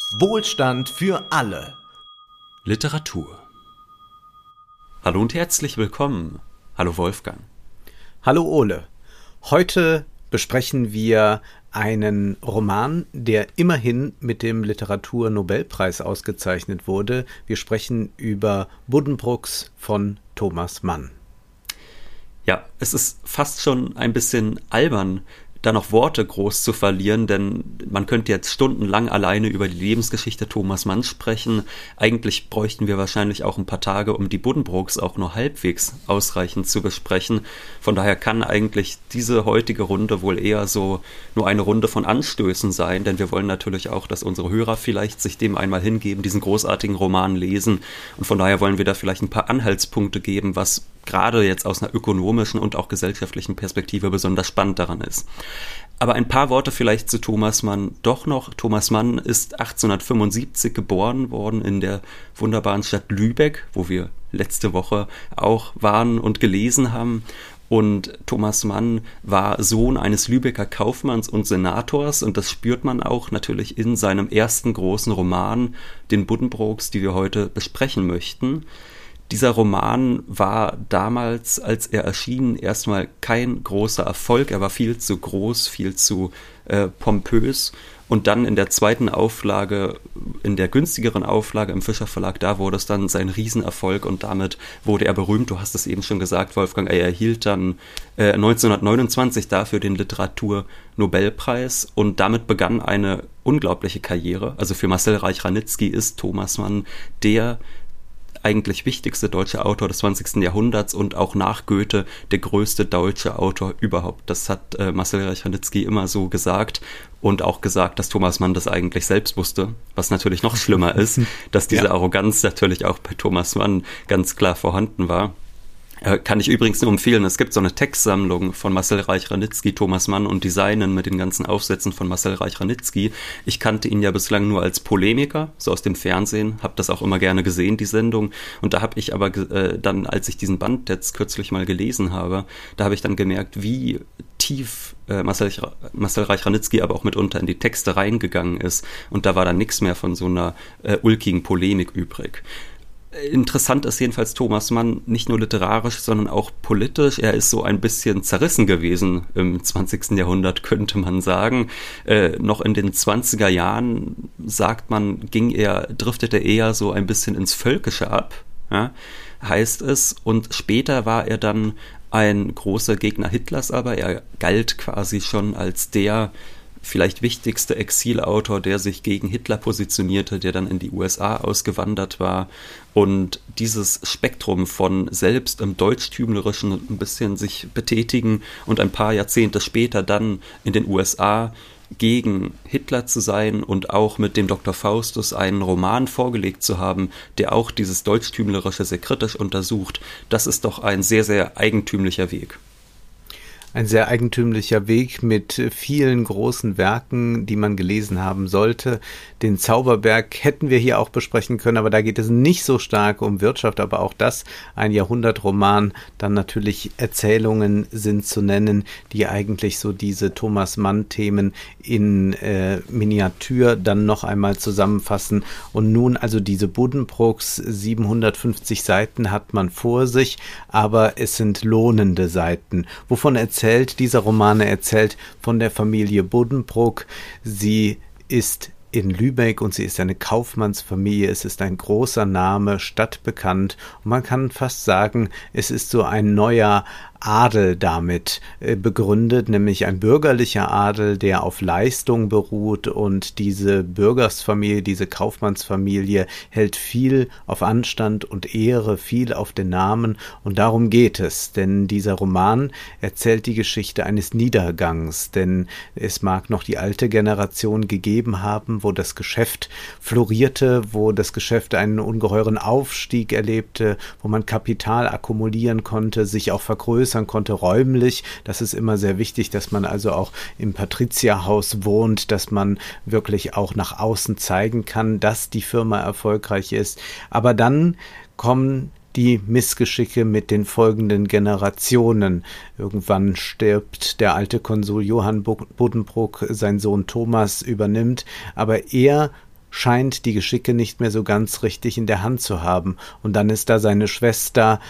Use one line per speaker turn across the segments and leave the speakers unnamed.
Wohlstand für alle.
Literatur. Hallo und herzlich willkommen. Hallo Wolfgang.
Hallo Ole. Heute besprechen wir einen Roman, der immerhin mit dem Literaturnobelpreis ausgezeichnet wurde. Wir sprechen über Buddenbrooks von Thomas Mann.
Ja, es ist fast schon ein bisschen albern, da noch Worte groß zu verlieren, denn man könnte jetzt stundenlang alleine über die Lebensgeschichte Thomas Mann sprechen. Eigentlich bräuchten wir wahrscheinlich auch ein paar Tage, um die Buddenbrooks auch nur halbwegs ausreichend zu besprechen. Von daher kann eigentlich diese heutige Runde wohl eher so nur eine Runde von Anstößen sein, denn wir wollen natürlich auch, dass unsere Hörer vielleicht sich dem einmal hingeben, diesen großartigen Roman lesen. Und von daher wollen wir da vielleicht ein paar Anhaltspunkte geben, was gerade jetzt aus einer ökonomischen und auch gesellschaftlichen Perspektive besonders spannend daran ist. Aber ein paar Worte vielleicht zu Thomas Mann doch noch. Thomas Mann ist 1875 geboren worden in der wunderbaren Stadt Lübeck, wo wir letzte Woche auch waren und gelesen haben. Und Thomas Mann war Sohn eines Lübecker Kaufmanns und Senators, und das spürt man auch natürlich in seinem ersten großen Roman, den Buddenbrooks, die wir heute besprechen möchten. Dieser Roman war damals, als er erschien, erstmal kein großer Erfolg. Er war viel zu groß, viel zu pompös. Und dann in der zweiten Auflage, in der günstigeren Auflage im Fischer Verlag, da wurde es dann sein Riesenerfolg und damit wurde er berühmt. Du hast es eben schon gesagt, Wolfgang, er erhielt dann 1929 dafür den Literaturnobelpreis und damit begann eine unglaubliche Karriere. Also für Marcel Reich-Ranitzky ist Thomas Mann der eigentlich wichtigste deutsche Autor des 20. Jahrhunderts und auch nach Goethe der größte deutsche Autor überhaupt. Das hat Marcel Reich-Ranitzky immer so gesagt und auch gesagt, dass Thomas Mann das eigentlich selbst wusste, was natürlich noch schlimmer ist, dass diese Arroganz natürlich auch bei Thomas Mann ganz klar vorhanden war. Kann ich übrigens nur empfehlen, es gibt so eine Textsammlung von Marcel Reich-Ranitzky, Thomas Mann und die Seinen mit den ganzen Aufsätzen von Marcel Reich-Ranitzky. Ich kannte ihn ja bislang nur als Polemiker, so aus dem Fernsehen, habe das auch immer gerne gesehen, die Sendung. Und da habe ich aber dann, als ich diesen Band jetzt kürzlich mal gelesen habe, da habe ich dann gemerkt, wie tief Marcel Reich-Ranitzky aber auch mitunter in die Texte reingegangen ist. Und da war dann nichts mehr von so einer ulkigen Polemik übrig. Interessant ist jedenfalls Thomas Mann nicht nur literarisch, sondern auch politisch. Er ist so ein bisschen zerrissen gewesen im 20. Jahrhundert, könnte man sagen. Noch in den 20er Jahren, sagt man, driftete eher so ein bisschen ins Völkische ab, ja, heißt es. Und später war er dann ein großer Gegner Hitlers, aber er galt quasi schon als der vielleicht wichtigste Exilautor, der sich gegen Hitler positionierte, der dann in die USA ausgewandert war. Und dieses Spektrum von selbst im Deutschtümlerischen ein bisschen sich betätigen und ein paar Jahrzehnte später dann in den USA gegen Hitler zu sein und auch mit dem Dr. Faustus einen Roman vorgelegt zu haben, der auch dieses Deutschtümlerische sehr kritisch untersucht, das ist doch ein sehr, sehr eigentümlicher Weg.
Ein sehr eigentümlicher Weg mit vielen großen Werken, die man gelesen haben sollte. Den Zauberberg hätten wir hier auch besprechen können, aber da geht es nicht so stark um Wirtschaft, aber auch das, ein Jahrhundertroman. Dann natürlich Erzählungen sind zu nennen, die eigentlich so diese Thomas Mann-Themen in Miniatur dann noch einmal zusammenfassen. Und nun also diese Buddenbrooks, 750 Seiten hat man vor sich, aber es sind lohnende Seiten. Wovon erzählt dieser Roman? Er erzählt von der Familie Buddenbrook. Sie ist in Lübeck und sie ist eine Kaufmannsfamilie. Es ist ein großer Name, stadtbekannt. Und man kann fast sagen, es ist so ein neuer Adel damit begründet, nämlich ein bürgerlicher Adel, der auf Leistung beruht, und diese Bürgersfamilie, diese Kaufmannsfamilie hält viel auf Anstand und Ehre, viel auf den Namen, und darum geht es, denn dieser Roman erzählt die Geschichte eines Niedergangs, denn es mag noch die alte Generation gegeben haben, wo das Geschäft florierte, wo das Geschäft einen ungeheuren Aufstieg erlebte, wo man Kapital akkumulieren konnte, sich auch vergrößern konnte räumlich. Das ist immer sehr wichtig, dass man also auch im Patrizierhaus wohnt, dass man wirklich auch nach außen zeigen kann, dass die Firma erfolgreich ist. Aber dann kommen die Missgeschicke mit den folgenden Generationen. Irgendwann stirbt der alte Konsul Johann Buddenbrook, sein Sohn Thomas übernimmt, aber er scheint die Geschicke nicht mehr so ganz richtig in der Hand zu haben. Und dann ist da seine Schwester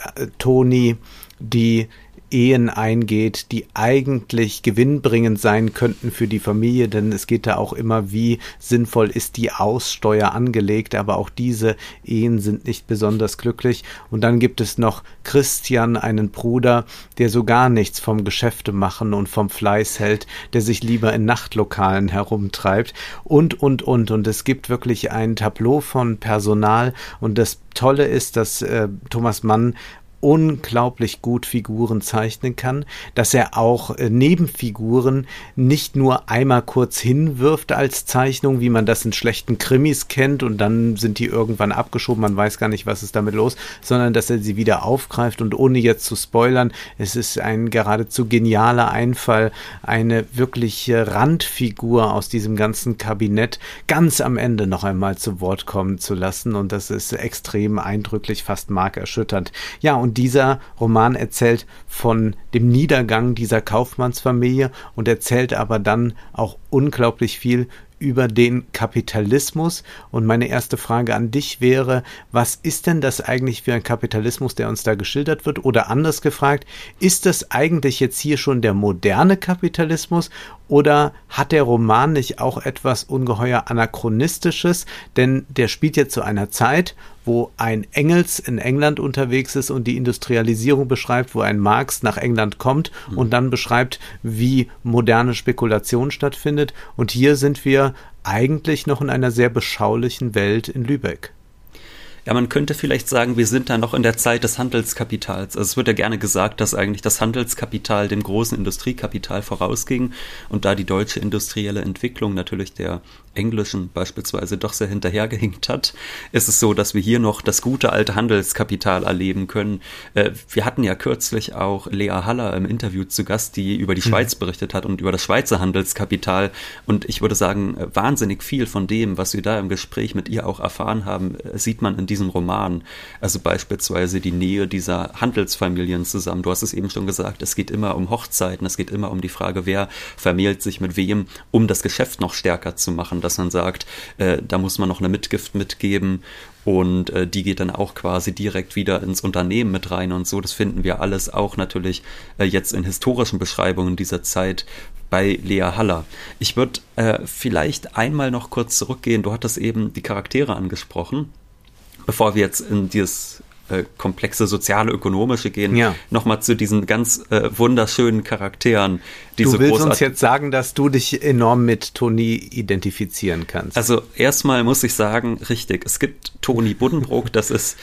Toni, die Ehen eingeht, die eigentlich gewinnbringend sein könnten für die Familie, denn es geht da auch immer, wie sinnvoll ist die Aussteuer angelegt, aber auch diese Ehen sind nicht besonders glücklich. Und dann gibt es noch Christian, einen Bruder, der so gar nichts vom Geschäfte machen und vom Fleiß hält, der sich lieber in Nachtlokalen herumtreibt und. Und es gibt wirklich ein Tableau von Personal, und das Tolle ist, dass Thomas Mann unglaublich gut Figuren zeichnen kann, dass er auch Nebenfiguren nicht nur einmal kurz hinwirft als Zeichnung, wie man das in schlechten Krimis kennt und dann sind die irgendwann abgeschoben, man weiß gar nicht, was ist damit los, sondern dass er sie wieder aufgreift und ohne jetzt zu spoilern, es ist ein geradezu genialer Einfall, eine wirkliche Randfigur aus diesem ganzen Kabinett ganz am Ende noch einmal zu Wort kommen zu lassen, und das ist extrem eindrücklich, fast markerschütternd. Ja, und dieser Roman erzählt von dem Niedergang dieser Kaufmannsfamilie und erzählt aber dann auch unglaublich viel über den Kapitalismus. Und meine erste Frage an dich wäre, was ist denn das eigentlich für ein Kapitalismus, der uns da geschildert wird? Oder anders gefragt, ist das eigentlich jetzt hier schon der moderne Kapitalismus oder hat der Roman nicht auch etwas ungeheuer Anachronistisches? Denn der spielt jetzt zu einer Zeit, wo ein Engels in England unterwegs ist und die Industrialisierung beschreibt, wo ein Marx nach England kommt und dann beschreibt, wie moderne Spekulation stattfindet. Und hier sind wir eigentlich noch in einer sehr beschaulichen Welt in Lübeck.
Ja, man könnte vielleicht sagen, wir sind da noch in der Zeit des Handelskapitals. Also es wird ja gerne gesagt, dass eigentlich das Handelskapital dem großen Industriekapital vorausging und da die deutsche industrielle Entwicklung natürlich der englischen beispielsweise doch sehr hinterhergehinkt hat, ist es so, dass wir hier noch das gute alte Handelskapital erleben können. Wir hatten ja kürzlich auch Lea Haller im Interview zu Gast, die über die Schweiz berichtet hat und über das Schweizer Handelskapital, und ich würde sagen, wahnsinnig viel von dem, was wir da im Gespräch mit ihr auch erfahren haben, sieht man in diesem Roman. Also beispielsweise die Nähe dieser Handelsfamilien zusammen. Du hast es eben schon gesagt, es geht immer um Hochzeiten, es geht immer um die Frage, wer vermählt sich mit wem, um das Geschäft noch stärker zu machen, dass man sagt, da muss man noch eine Mitgift mitgeben und die geht dann auch quasi direkt wieder ins Unternehmen mit rein und so. Das finden wir alles auch natürlich jetzt in historischen Beschreibungen dieser Zeit bei Lea Haller. Ich würde vielleicht einmal noch kurz zurückgehen. Du hattest eben die Charaktere angesprochen. Bevor wir jetzt in dieses komplexe soziale, ökonomische gehen, nochmal zu diesen ganz wunderschönen Charakteren. Die
du
so
willst uns jetzt sagen, dass du dich enorm mit Toni identifizieren kannst.
Also erstmal muss ich sagen, richtig, es gibt Toni Buddenbrook, das ist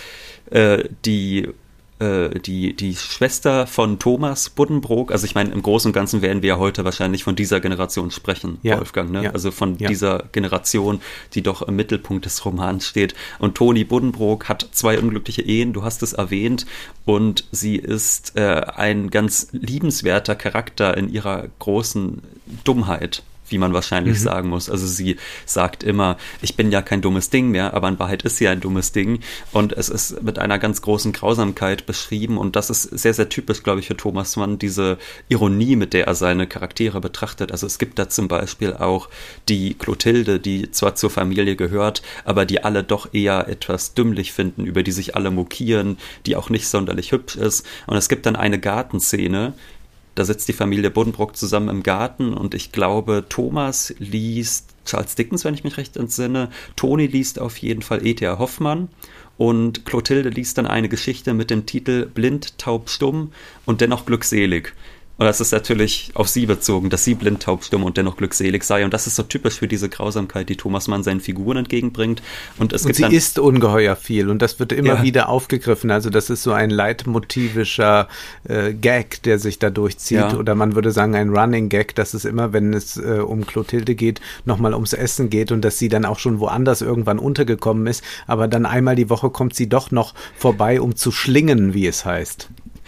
die Schwester von Thomas Buddenbrook. Also ich meine, im Großen und Ganzen werden wir ja heute wahrscheinlich von dieser Generation sprechen, Wolfgang, ne? Also von dieser Generation, die doch im Mittelpunkt des Romans steht. Und Toni Buddenbrook hat 2 unglückliche Ehen, du hast es erwähnt, und sie ist ein ganz liebenswerter Charakter in ihrer großen Dummheit, wie man wahrscheinlich sagen muss. Also sie sagt immer, ich bin ja kein dummes Ding mehr, aber in Wahrheit ist sie ein dummes Ding, und es ist mit einer ganz großen Grausamkeit beschrieben, und das ist sehr, sehr typisch, glaube ich, für Thomas Mann, diese Ironie, mit der er seine Charaktere betrachtet. Also es gibt da zum Beispiel auch die Clotilde, die zwar zur Familie gehört, aber die alle doch eher etwas dümmlich finden, über die sich alle mokieren, die auch nicht sonderlich hübsch ist, und es gibt dann eine Gartenszene. Da sitzt die Familie Buddenbrook zusammen im Garten, und ich glaube, Thomas liest Charles Dickens, wenn ich mich recht entsinne. Toni liest auf jeden Fall E.T.A. Hoffmann, und Clotilde liest dann eine Geschichte mit dem Titel Blind, taub, stumm und dennoch glückselig. Und das ist natürlich auf sie bezogen, dass sie blind, taub, stumm und dennoch glückselig sei. Und das ist so typisch für diese Grausamkeit, die Thomas Mann seinen Figuren entgegenbringt. Und
sie isst ungeheuer viel, und das wird immer wieder aufgegriffen. Also das ist so ein leitmotivischer Gag, der sich da durchzieht. Ja. Oder man würde sagen ein Running Gag, dass es immer, wenn es um Clotilde geht, nochmal ums Essen geht und dass sie dann auch schon woanders irgendwann untergekommen ist. Aber dann einmal die Woche kommt sie doch noch vorbei, um zu schlingen, wie es heißt.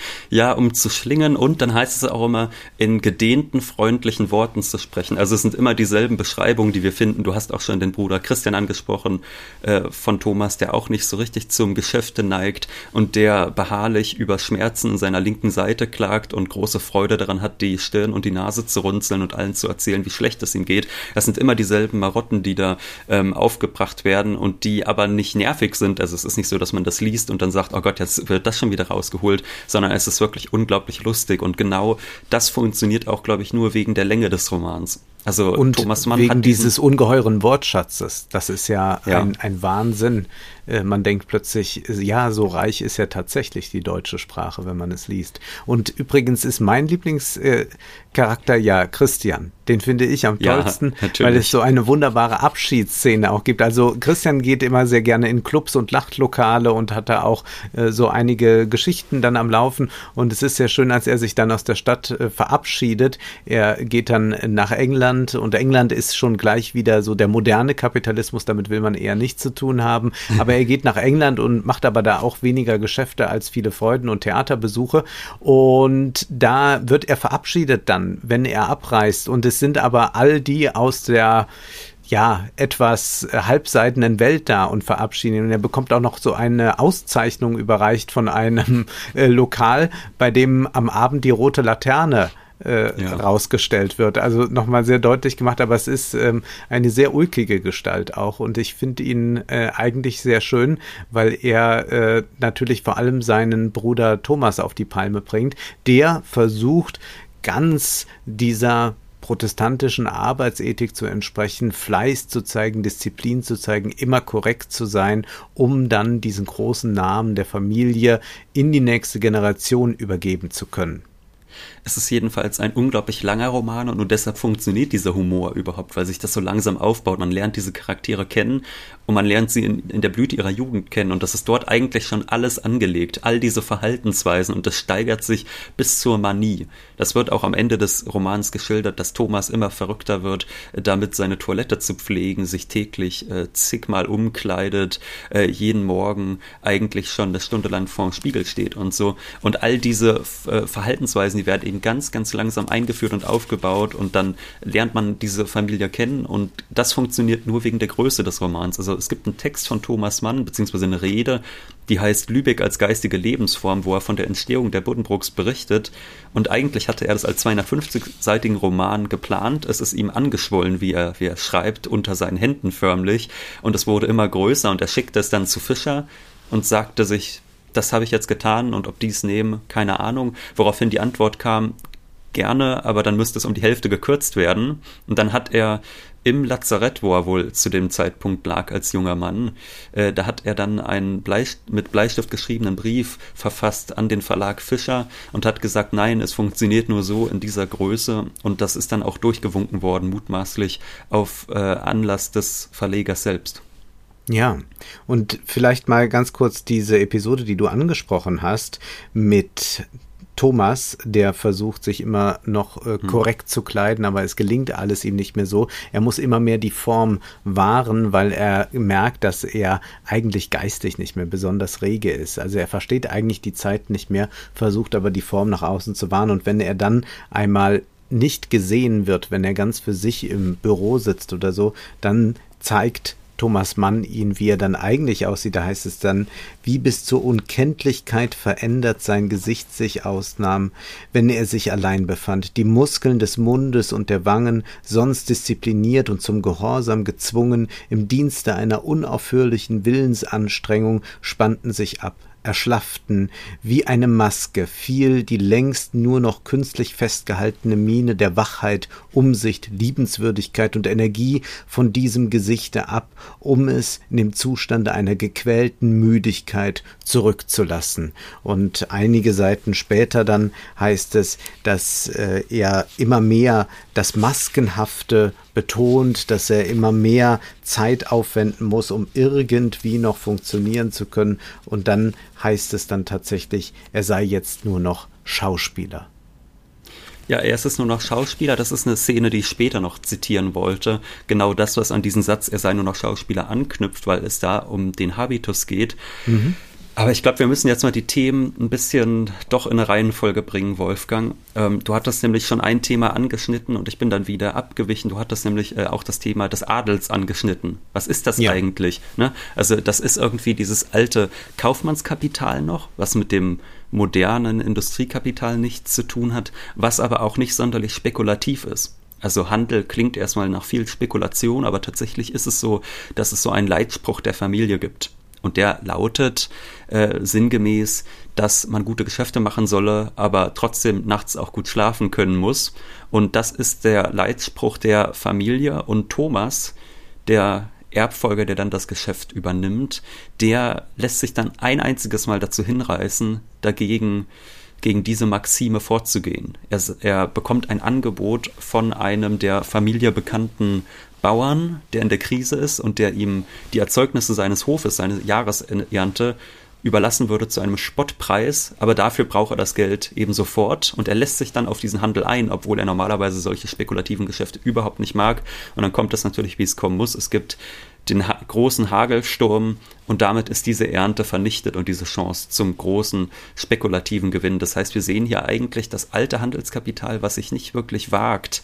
Ja, um zu schlingen, und dann heißt es auch immer, in gedehnten, freundlichen Worten zu sprechen. Also es sind immer dieselben Beschreibungen, die wir finden. Du hast auch schon den Bruder Christian angesprochen, von Thomas, der auch nicht so richtig zum Geschäfte neigt und der beharrlich über Schmerzen in seiner linken Seite klagt und große Freude daran hat, die Stirn und die Nase zu runzeln und allen zu erzählen, wie schlecht es ihm geht. Das sind immer dieselben Marotten, die da aufgebracht werden und die aber nicht nervig sind. Also es ist nicht so, dass man das liest und dann sagt, oh Gott, jetzt wird das schon wieder rausgeholt, sondern es ist wirklich unglaublich lustig, und genau das funktioniert auch, glaube ich, nur wegen der Länge des Romans. Also
und
Thomas Mann
wegen
hat
dieses ungeheuren Wortschatzes. Das ist ja, ein Wahnsinn. Man denkt plötzlich, ja, so reich ist ja tatsächlich die deutsche Sprache, wenn man es liest. Und übrigens ist mein Lieblingscharakter ja Christian. Den finde ich am tollsten, weil es so eine wunderbare Abschiedsszene auch gibt. Also Christian geht immer sehr gerne in Clubs und Lachtlokale und hat da auch so einige Geschichten dann am Laufen. Und es ist sehr schön, als er sich dann aus der Stadt verabschiedet. Er geht dann nach England, und England ist schon gleich wieder so der moderne Kapitalismus, damit will man eher nichts zu tun haben. Aber er geht nach England und macht aber da auch weniger Geschäfte als viele Freuden und Theaterbesuche. Und da wird er verabschiedet dann, wenn er abreist. Und es sind aber all die aus der etwas halbseidenen Welt da und verabschieden. Und er bekommt auch noch so eine Auszeichnung überreicht von einem Lokal, bei dem am Abend die rote Laterne rausgestellt wird. Also nochmal sehr deutlich gemacht, aber es ist eine sehr ulkige Gestalt auch, und ich finde ihn eigentlich sehr schön, weil er natürlich vor allem seinen Bruder Thomas auf die Palme bringt, der versucht, ganz dieser protestantischen Arbeitsethik zu entsprechen, Fleiß zu zeigen, Disziplin zu zeigen, immer korrekt zu sein, um dann diesen großen Namen der Familie in die nächste Generation übergeben zu können.
Es ist jedenfalls ein unglaublich langer Roman, und nur deshalb funktioniert dieser Humor überhaupt, weil sich das so langsam aufbaut. Man lernt diese Charaktere kennen und man lernt sie in der Blüte ihrer Jugend kennen, und das ist dort eigentlich schon alles angelegt, all diese Verhaltensweisen, und das steigert sich bis zur Manie. Das wird auch am Ende des Romans geschildert, dass Thomas immer verrückter wird, damit seine Toilette zu pflegen, sich täglich zigmal umkleidet, jeden Morgen eigentlich schon eine Stunde lang vorm Spiegel steht und so. Und all diese Verhaltensweisen, die werden eben ganz, ganz langsam eingeführt und aufgebaut, und dann lernt man diese Familie kennen, und das funktioniert nur wegen der Größe des Romans. Also es gibt einen Text von Thomas Mann, beziehungsweise eine Rede, die heißt Lübeck als geistige Lebensform, wo er von der Entstehung der Buddenbrooks berichtet, und eigentlich hatte er das als 250-seitigen Roman geplant. Es ist ihm angeschwollen, wie er schreibt, unter seinen Händen förmlich, und es wurde immer größer, und er schickte es dann zu Fischer und sagte sich, das habe ich jetzt getan, und ob die es nehmen, keine Ahnung. Woraufhin die Antwort kam, gerne, aber dann müsste es um die Hälfte gekürzt werden. Und dann hat er im Lazarett, wo er wohl zu dem Zeitpunkt lag als junger Mann, da hat er dann einen mit Bleistift geschriebenen Brief verfasst an den Verlag Fischer und hat gesagt, nein, es funktioniert nur so in dieser Größe, und das ist dann auch durchgewunken worden, mutmaßlich auf Anlass des Verlegers selbst.
Ja, und vielleicht mal ganz kurz diese Episode, die du angesprochen hast, mit Thomas, der versucht, sich immer noch korrekt zu kleiden, aber es gelingt alles ihm nicht mehr so. Er muss immer mehr die Form wahren, weil er merkt, dass er eigentlich geistig nicht mehr besonders rege ist. Also er versteht eigentlich die Zeit nicht mehr, versucht aber die Form nach außen zu wahren, und wenn er dann einmal nicht gesehen wird, wenn er ganz für sich im Büro sitzt oder so, dann zeigt Thomas Mann ihn, wie er dann eigentlich aussieht. Da heißt es dann, wie bis zur Unkenntlichkeit verändert sein Gesicht sich ausnahm, wenn er sich allein befand. Die Muskeln des Mundes und der Wangen, sonst diszipliniert und zum Gehorsam gezwungen, im Dienste einer unaufhörlichen Willensanstrengung, spannten sich ab, erschlafften, wie eine Maske fiel die längst nur noch künstlich festgehaltene Miene der Wachheit, Umsicht, Liebenswürdigkeit und Energie von diesem Gesichte ab, um es in dem Zustande einer gequälten Müdigkeit zurückzulassen. Und einige Seiten später dann heißt es, dass er immer mehr das Maskenhafte betont, dass er immer mehr Zeit aufwenden muss, um irgendwie noch funktionieren zu können. Und dann heißt es dann tatsächlich, er sei jetzt nur noch Schauspieler.
Ja, er ist nur noch Schauspieler. Das ist eine Szene, die ich später noch zitieren wollte. Genau das, was an diesen Satz, er sei nur noch Schauspieler, anknüpft, weil es da um den Habitus geht. Mhm. Aber ich glaube, wir müssen jetzt mal die Themen ein bisschen doch in eine Reihenfolge bringen, Wolfgang. Du hattest nämlich schon ein Thema angeschnitten und ich bin dann wieder abgewichen. Du hattest nämlich auch das Thema des Adels angeschnitten. Was ist das eigentlich? Ne? Also das ist irgendwie dieses alte Kaufmannskapital noch, was mit dem modernen Industriekapital nichts zu tun hat, was aber auch nicht sonderlich spekulativ ist. Also Handel klingt erstmal nach viel Spekulation, aber tatsächlich ist es so, dass es so einen Leitspruch der Familie gibt. Und der lautet sinngemäß, dass man gute Geschäfte machen solle, aber trotzdem nachts auch gut schlafen können muss. Und das ist der Leitspruch der Familie. Und Thomas, der Erbfolger, der dann das Geschäft übernimmt, der lässt sich dann ein einziges Mal dazu hinreißen, gegen diese Maxime vorzugehen. Er bekommt ein Angebot von einem der Familie bekannten Bauern, der in der Krise ist und der ihm die Erzeugnisse seines Hofes, seine Jahresernte, überlassen würde zu einem Spottpreis, aber dafür braucht er das Geld eben sofort und er lässt sich dann auf diesen Handel ein, obwohl er normalerweise solche spekulativen Geschäfte überhaupt nicht mag. Und dann kommt es natürlich, wie es kommen muss. Es gibt den großen Hagelsturm und damit ist diese Ernte vernichtet und diese Chance zum großen spekulativen Gewinn. Das heißt, wir sehen hier eigentlich das alte Handelskapital, was sich nicht wirklich wagt,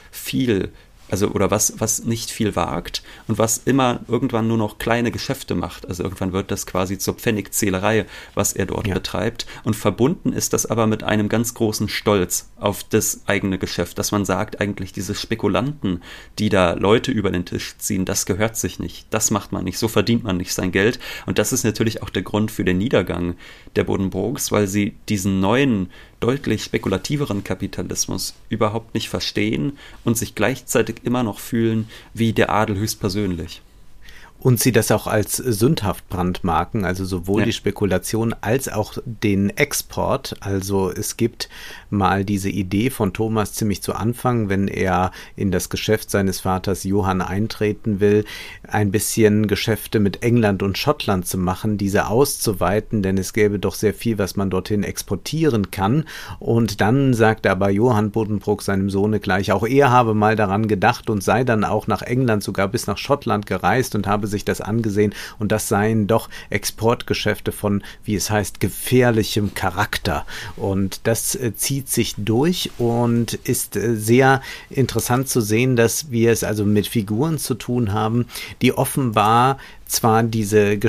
was nicht viel wagt und was immer irgendwann nur noch kleine Geschäfte macht. Also irgendwann wird das quasi zur Pfennigzählerei, was er dort betreibt. Und verbunden ist das aber mit einem ganz großen Stolz auf das eigene Geschäft, dass man sagt, eigentlich diese Spekulanten, die da Leute über den Tisch ziehen, das gehört sich nicht. Das macht man nicht. So verdient man nicht sein Geld. Und das ist natürlich auch der Grund für den Niedergang der Buddenbrooks, weil sie diesen neuen, deutlich spekulativeren Kapitalismus überhaupt nicht verstehen und sich gleichzeitig immer noch fühlen wie der Adel höchstpersönlich.
Und sie das auch als sündhaft brandmarken, also sowohl die Spekulation als auch den Export. Also es gibt mal diese Idee von Thomas ziemlich zu Anfang, wenn er in das Geschäft seines Vaters Johann eintreten will, ein bisschen Geschäfte mit England und Schottland zu machen, diese auszuweiten, denn es gäbe doch sehr viel, was man dorthin exportieren kann. Und dann sagt aber Johann Buddenbrook seinem Sohne gleich, auch er habe mal daran gedacht und sei dann auch nach England, sogar bis nach Schottland gereist und habe sich das angesehen und das seien doch Exportgeschäfte von, wie es heißt, gefährlichem Charakter. Und das zieht sich durch und ist sehr interessant zu sehen, dass wir es also mit Figuren zu tun haben, die offenbar zwar diese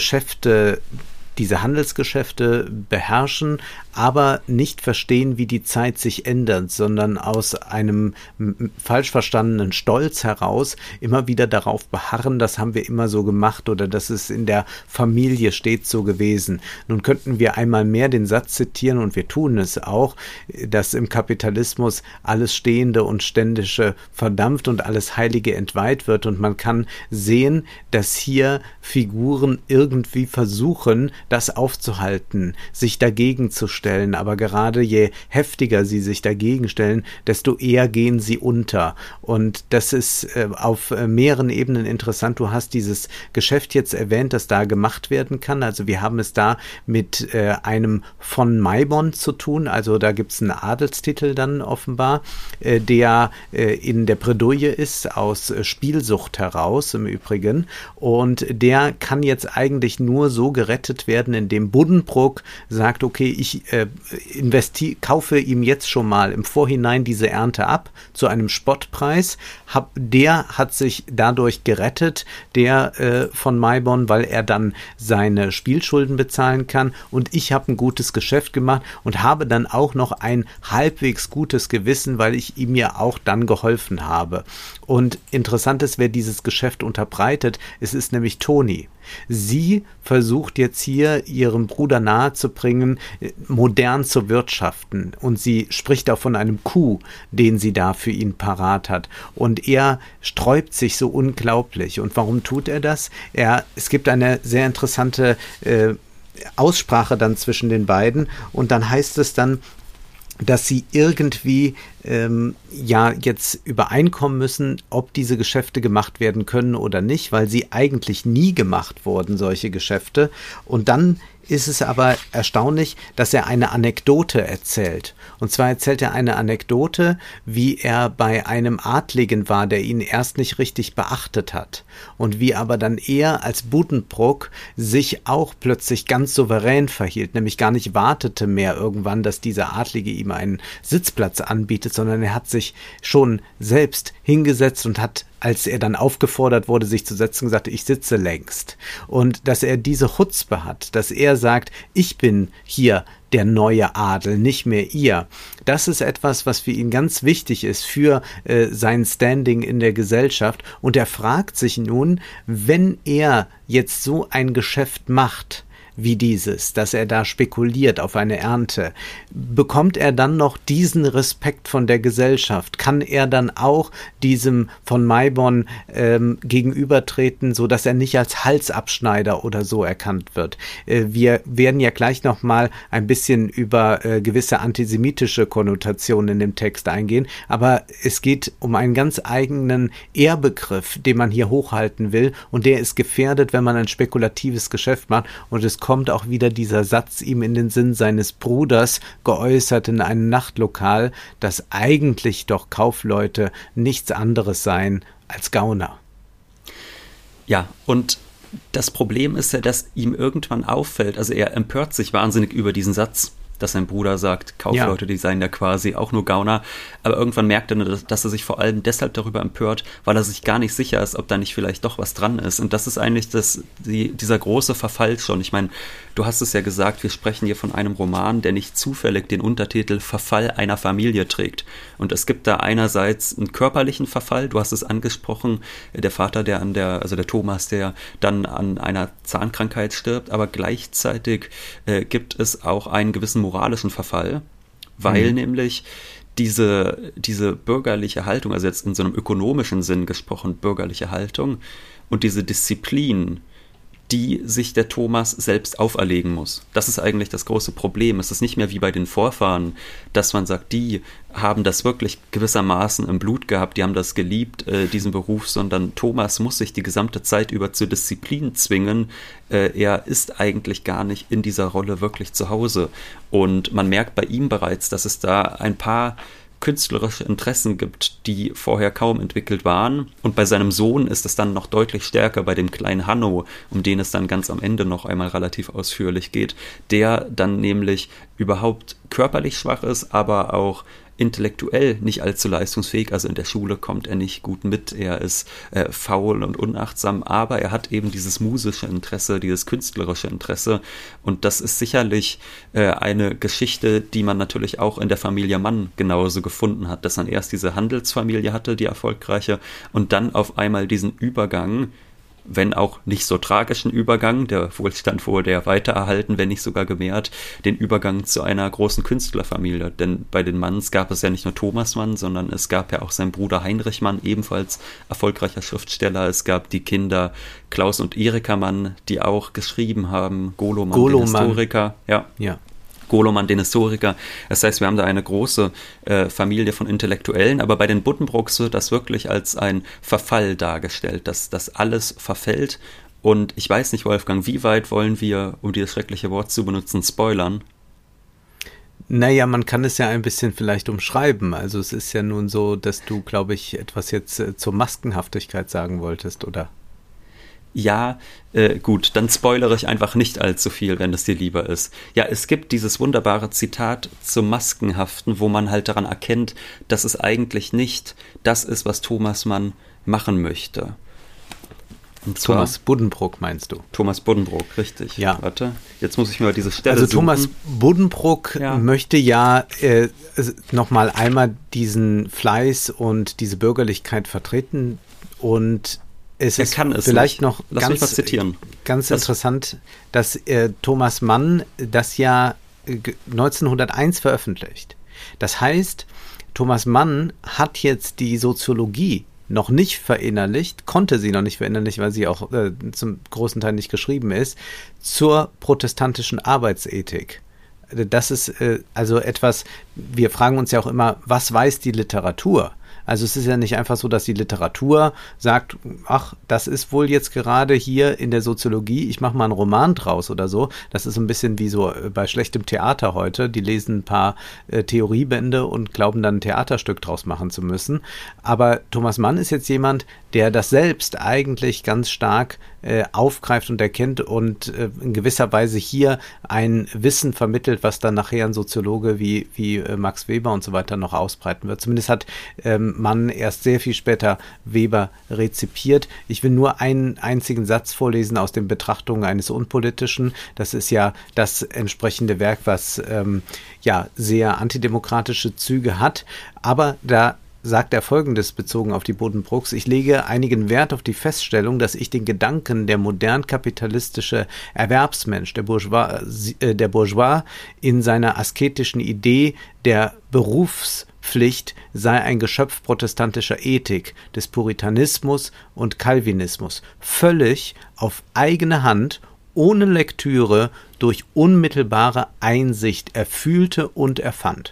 Handelsgeschäfte beherrschen, aber nicht verstehen, wie die Zeit sich ändert, sondern aus einem falsch verstandenen Stolz heraus immer wieder darauf beharren, das haben wir immer so gemacht oder das ist in der Familie stets so gewesen. Nun könnten wir einmal mehr den Satz zitieren und wir tun es auch, dass im Kapitalismus alles Stehende und Ständische verdampft und alles Heilige entweiht wird und man kann sehen, dass hier Figuren irgendwie versuchen, das aufzuhalten, sich dagegen zu stellen, aber gerade je heftiger sie sich dagegen stellen, desto eher gehen sie unter. Und das ist auf mehreren Ebenen interessant. Du hast dieses Geschäft jetzt erwähnt, das da gemacht werden kann. Also wir haben es da mit einem von Maiborn zu tun. Also da gibt es einen Adelstitel dann offenbar, der in der Bredouille ist, aus Spielsucht heraus im Übrigen. Und der kann jetzt eigentlich nur so gerettet werden, indem Buddenbrook sagt, okay, ich kaufe ihm jetzt schon mal im Vorhinein diese Ernte ab zu einem Spottpreis. Der hat sich dadurch gerettet, der von Maiborn, weil er dann seine Spielschulden bezahlen kann und ich habe ein gutes Geschäft gemacht und habe dann auch noch ein halbwegs gutes Gewissen, weil ich ihm ja auch dann geholfen habe. Und interessant ist, wer dieses Geschäft unterbreitet, es ist nämlich Toni. Sie versucht jetzt hier ihrem Bruder nahezubringen, modern zu wirtschaften und sie spricht auch von einem Coup, den sie da für ihn parat hat und er sträubt sich so unglaublich. Und warum tut er das? Es gibt eine sehr interessante Aussprache dann zwischen den beiden und dann heißt es dann, dass sie irgendwie jetzt übereinkommen müssen, ob diese Geschäfte gemacht werden können oder nicht, weil sie eigentlich nie gemacht wurden, solche Geschäfte. Und dann ist es aber erstaunlich, dass er eine Anekdote erzählt. Und zwar erzählt er eine Anekdote, wie er bei einem Adligen war, der ihn erst nicht richtig beachtet hat. Und wie aber dann er als Buddenbrook sich auch plötzlich ganz souverän verhielt, nämlich gar nicht wartete mehr irgendwann, dass dieser Adlige ihm einen Sitzplatz anbietet, sondern er hat sich schon selbst hingesetzt und hat, als er dann aufgefordert wurde, sich zu setzen, gesagt, ich sitze längst. Und dass er diese Chutzpe hat, dass er sagt, ich bin hier der neue Adel, nicht mehr ihr. Das ist etwas, was für ihn ganz wichtig ist für sein Standing in der Gesellschaft. Und er fragt sich nun, wenn er jetzt so ein Geschäft macht, wie dieses, dass er da spekuliert auf eine Ernte, bekommt er dann noch diesen Respekt von der Gesellschaft? Kann er dann auch diesem von Maiborn gegenübertreten, so dass er nicht als Halsabschneider oder so erkannt wird? Wir werden ja gleich noch mal ein bisschen über gewisse antisemitische Konnotationen in dem Text eingehen, aber es geht um einen ganz eigenen Ehrbegriff, den man hier hochhalten will, und der ist gefährdet, wenn man ein spekulatives Geschäft macht, und es kommt auch wieder dieser Satz ihm in den Sinn seines Bruders, geäußert in einem Nachtlokal, dass eigentlich doch Kaufleute nichts anderes seien als Gauner.
Ja, und das Problem ist ja, dass ihm irgendwann auffällt, also er empört sich wahnsinnig über diesen Satz, dass sein Bruder sagt, Kaufleute, die seien ja quasi auch nur Gauner, aber irgendwann merkt er, dass er sich vor allem deshalb darüber empört, weil er sich gar nicht sicher ist, ob da nicht vielleicht doch was dran ist. Und das ist eigentlich dieser große Verfall schon. Ich meine, du hast es ja gesagt, wir sprechen hier von einem Roman, der nicht zufällig den Untertitel Verfall einer Familie trägt. Und es gibt da einerseits einen körperlichen Verfall, du hast es angesprochen, der Vater, der Thomas, der dann an einer Zahnkrankheit stirbt, aber gleichzeitig gibt es auch einen gewissen moralischen Verfall, weil nämlich diese bürgerliche Haltung, also jetzt in so einem ökonomischen Sinn gesprochen, bürgerliche Haltung und diese Disziplin, die sich der Thomas selbst auferlegen muss. Das ist eigentlich das große Problem. Es ist nicht mehr wie bei den Vorfahren, dass man sagt, die haben das wirklich gewissermaßen im Blut gehabt, die haben das geliebt, diesen Beruf, sondern Thomas muss sich die gesamte Zeit über zur Disziplin zwingen. Er ist eigentlich gar nicht in dieser Rolle wirklich zu Hause. Und man merkt bei ihm bereits, dass es da ein paar künstlerische Interessen gibt, die vorher kaum entwickelt waren. Und bei seinem Sohn ist es dann noch deutlich stärker, bei dem kleinen Hanno, um den es dann ganz am Ende noch einmal relativ ausführlich geht, der dann nämlich überhaupt körperlich schwach ist, aber auch intellektuell nicht allzu leistungsfähig, also in der Schule kommt er nicht gut mit, er ist faul und unachtsam, aber er hat eben dieses musische Interesse, dieses künstlerische Interesse, und das ist sicherlich eine Geschichte, die man natürlich auch in der Familie Mann genauso gefunden hat, dass man erst diese Handelsfamilie hatte, die erfolgreiche, und dann auf einmal diesen Übergang, wenn auch nicht so tragischen Übergang, der Wohlstand wurde ja weiter erhalten, wenn nicht sogar gemehrt, den Übergang zu einer großen Künstlerfamilie. Denn bei den Manns gab es ja nicht nur Thomas Mann, sondern es gab ja auch seinen Bruder Heinrich Mann, ebenfalls erfolgreicher Schriftsteller. Es gab die Kinder Klaus und Erika Mann, die auch geschrieben haben, Goloman, den Historiker. Ja. Goloman, den Historiker. Das heißt, wir haben da eine große Familie von Intellektuellen, aber bei den Buddenbrooks wird das wirklich als ein Verfall dargestellt, dass das alles verfällt. Und ich weiß nicht, Wolfgang, wie weit wollen wir, um dieses schreckliche Wort zu benutzen, spoilern?
Naja, man kann es ja ein bisschen vielleicht umschreiben. Also es ist ja nun so, dass du, glaube ich, etwas jetzt zur Maskenhaftigkeit sagen wolltest, oder?
Ja, gut, dann spoilere ich einfach nicht allzu viel, wenn es dir lieber ist. Ja, es gibt dieses wunderbare Zitat zum Maskenhaften, wo man halt daran erkennt, dass es eigentlich nicht das ist, was Thomas Mann machen möchte. Und zwar,
Thomas Buddenbrook meinst du?
Thomas Buddenbrook, richtig.
Ja.
Warte, jetzt muss ich mir diese Stelle
Also
suchen.
Thomas Buddenbrook möchte ja nochmal einmal diesen Fleiß und diese Bürgerlichkeit vertreten, und es ist vielleicht noch ganz interessant, dass Thomas Mann das ja 1901 veröffentlicht. Das heißt, Thomas Mann hat jetzt die Soziologie noch nicht verinnerlicht, konnte sie noch nicht verinnerlichen, weil sie auch zum großen Teil nicht geschrieben ist, zur protestantischen Arbeitsethik. Das ist also etwas, wir fragen uns ja auch immer, was weiß die Literatur? Also es ist ja nicht einfach so, dass die Literatur sagt, ach, das ist wohl jetzt gerade hier in der Soziologie, ich mache mal einen Roman draus oder so. Das ist ein bisschen wie so bei schlechtem Theater heute. Die lesen ein paar Theoriebände und glauben dann ein Theaterstück draus machen zu müssen. Aber Thomas Mann ist jetzt jemand, der das selbst eigentlich ganz stark aufgreift und erkennt und in gewisser Weise hier ein Wissen vermittelt, was dann nachher ein Soziologe wie Max Weber und so weiter noch ausbreiten wird. Zumindest hat Mann erst sehr viel später Weber rezipiert. Ich will nur einen einzigen Satz vorlesen aus den Betrachtungen eines Unpolitischen. Das ist ja das entsprechende Werk, was sehr antidemokratische Züge hat, aber da sagt er Folgendes bezogen auf die Buddenbrooks: Ich lege einigen Wert auf die Feststellung, dass ich den Gedanken der modern-kapitalistische Erwerbsmensch, der Bourgeois in seiner asketischen Idee der Berufspflicht sei ein Geschöpf protestantischer Ethik, des Puritanismus und Calvinismus, völlig auf eigene Hand, ohne Lektüre, durch unmittelbare Einsicht erfühlte und erfand.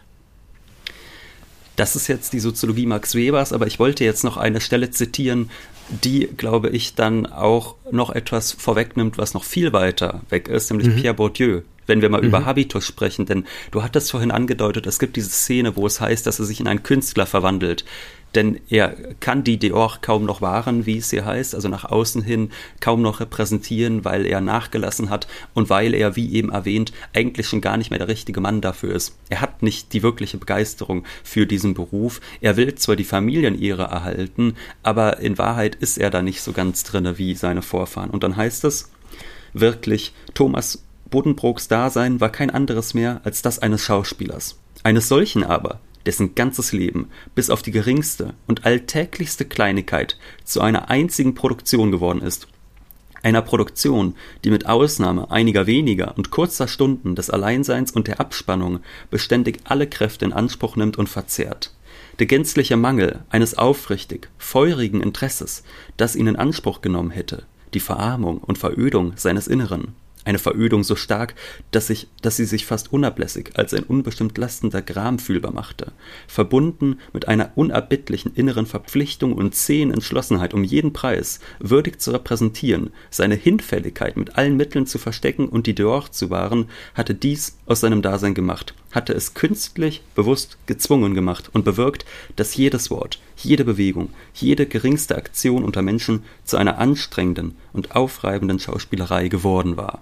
Das ist jetzt die Soziologie Max Webers, aber ich wollte jetzt noch eine Stelle zitieren, die, glaube ich, dann auch noch etwas vorwegnimmt, was noch viel weiter weg ist, nämlich Pierre Bourdieu. Wenn wir mal über Habitus sprechen, denn du hattest vorhin angedeutet, es gibt diese Szene, wo es heißt, dass er sich in einen Künstler verwandelt. Denn er kann die Dior kaum noch wahren, wie es hier heißt, also nach außen hin kaum noch repräsentieren, weil er nachgelassen hat und weil er, wie eben erwähnt, eigentlich schon gar nicht mehr der richtige Mann dafür ist. Er hat nicht die wirkliche Begeisterung für diesen Beruf. Er will zwar die Familienehre erhalten, aber in Wahrheit ist er da nicht so ganz drinne wie seine Vorfahren. Und dann heißt es wirklich, Thomas Buddenbrooks Dasein war kein anderes mehr als das eines Schauspielers. Eines solchen aber, dessen ganzes Leben bis auf die geringste und alltäglichste Kleinigkeit zu einer einzigen Produktion geworden ist. Einer Produktion, die mit Ausnahme einiger weniger und kurzer Stunden des Alleinseins und der Abspannung beständig alle Kräfte in Anspruch nimmt und verzehrt. Der gänzliche Mangel eines aufrichtig, feurigen Interesses, das ihn in Anspruch genommen hätte, die Verarmung und Verödung seines Inneren. Eine Verödung so stark, dass sie sich fast unablässig als ein unbestimmt lastender Gram fühlbar machte, verbunden mit einer unerbittlichen inneren Verpflichtung und zähen Entschlossenheit, um jeden Preis würdig zu repräsentieren, seine Hinfälligkeit mit allen Mitteln zu verstecken und die Dior zu wahren, hatte dies aus seinem Dasein gemacht, hatte es künstlich, bewusst gezwungen gemacht und bewirkt, dass jedes Wort, jede Bewegung, jede geringste Aktion unter Menschen zu einer anstrengenden und aufreibenden Schauspielerei geworden war.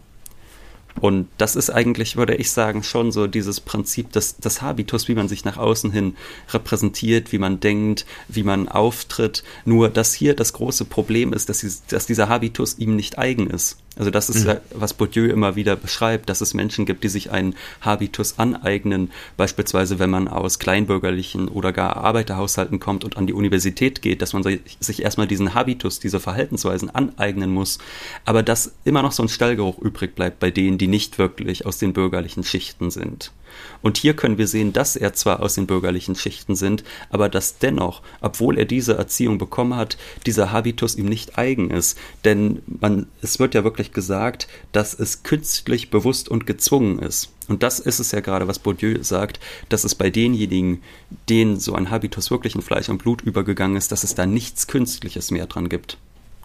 Und das ist eigentlich, würde ich sagen, schon so dieses Prinzip des Habitus, wie man sich nach außen hin repräsentiert, wie man denkt, wie man auftritt. Nur, dass hier das große Problem ist, dass dieser Habitus ihm nicht eigen ist. Also das ist ja, was Bourdieu immer wieder beschreibt, dass es Menschen gibt, die sich einen Habitus aneignen, beispielsweise wenn man aus kleinbürgerlichen oder gar Arbeiterhaushalten kommt und an die Universität geht, dass man sich erstmal diesen Habitus, diese Verhaltensweisen aneignen muss, aber dass immer noch so ein Stallgeruch übrig bleibt bei denen, die nicht wirklich aus den bürgerlichen Schichten sind. Und hier können wir sehen, dass er zwar aus den bürgerlichen Schichten sind, aber dass dennoch, obwohl er diese Erziehung bekommen hat, dieser Habitus ihm nicht eigen ist. Denn es wird ja wirklich gesagt, dass es künstlich, bewusst und gezwungen ist. Und das ist es ja gerade, was Bourdieu sagt, dass es bei denjenigen, denen so ein Habitus wirklich in Fleisch und Blut übergegangen ist, dass es da nichts Künstliches mehr dran gibt.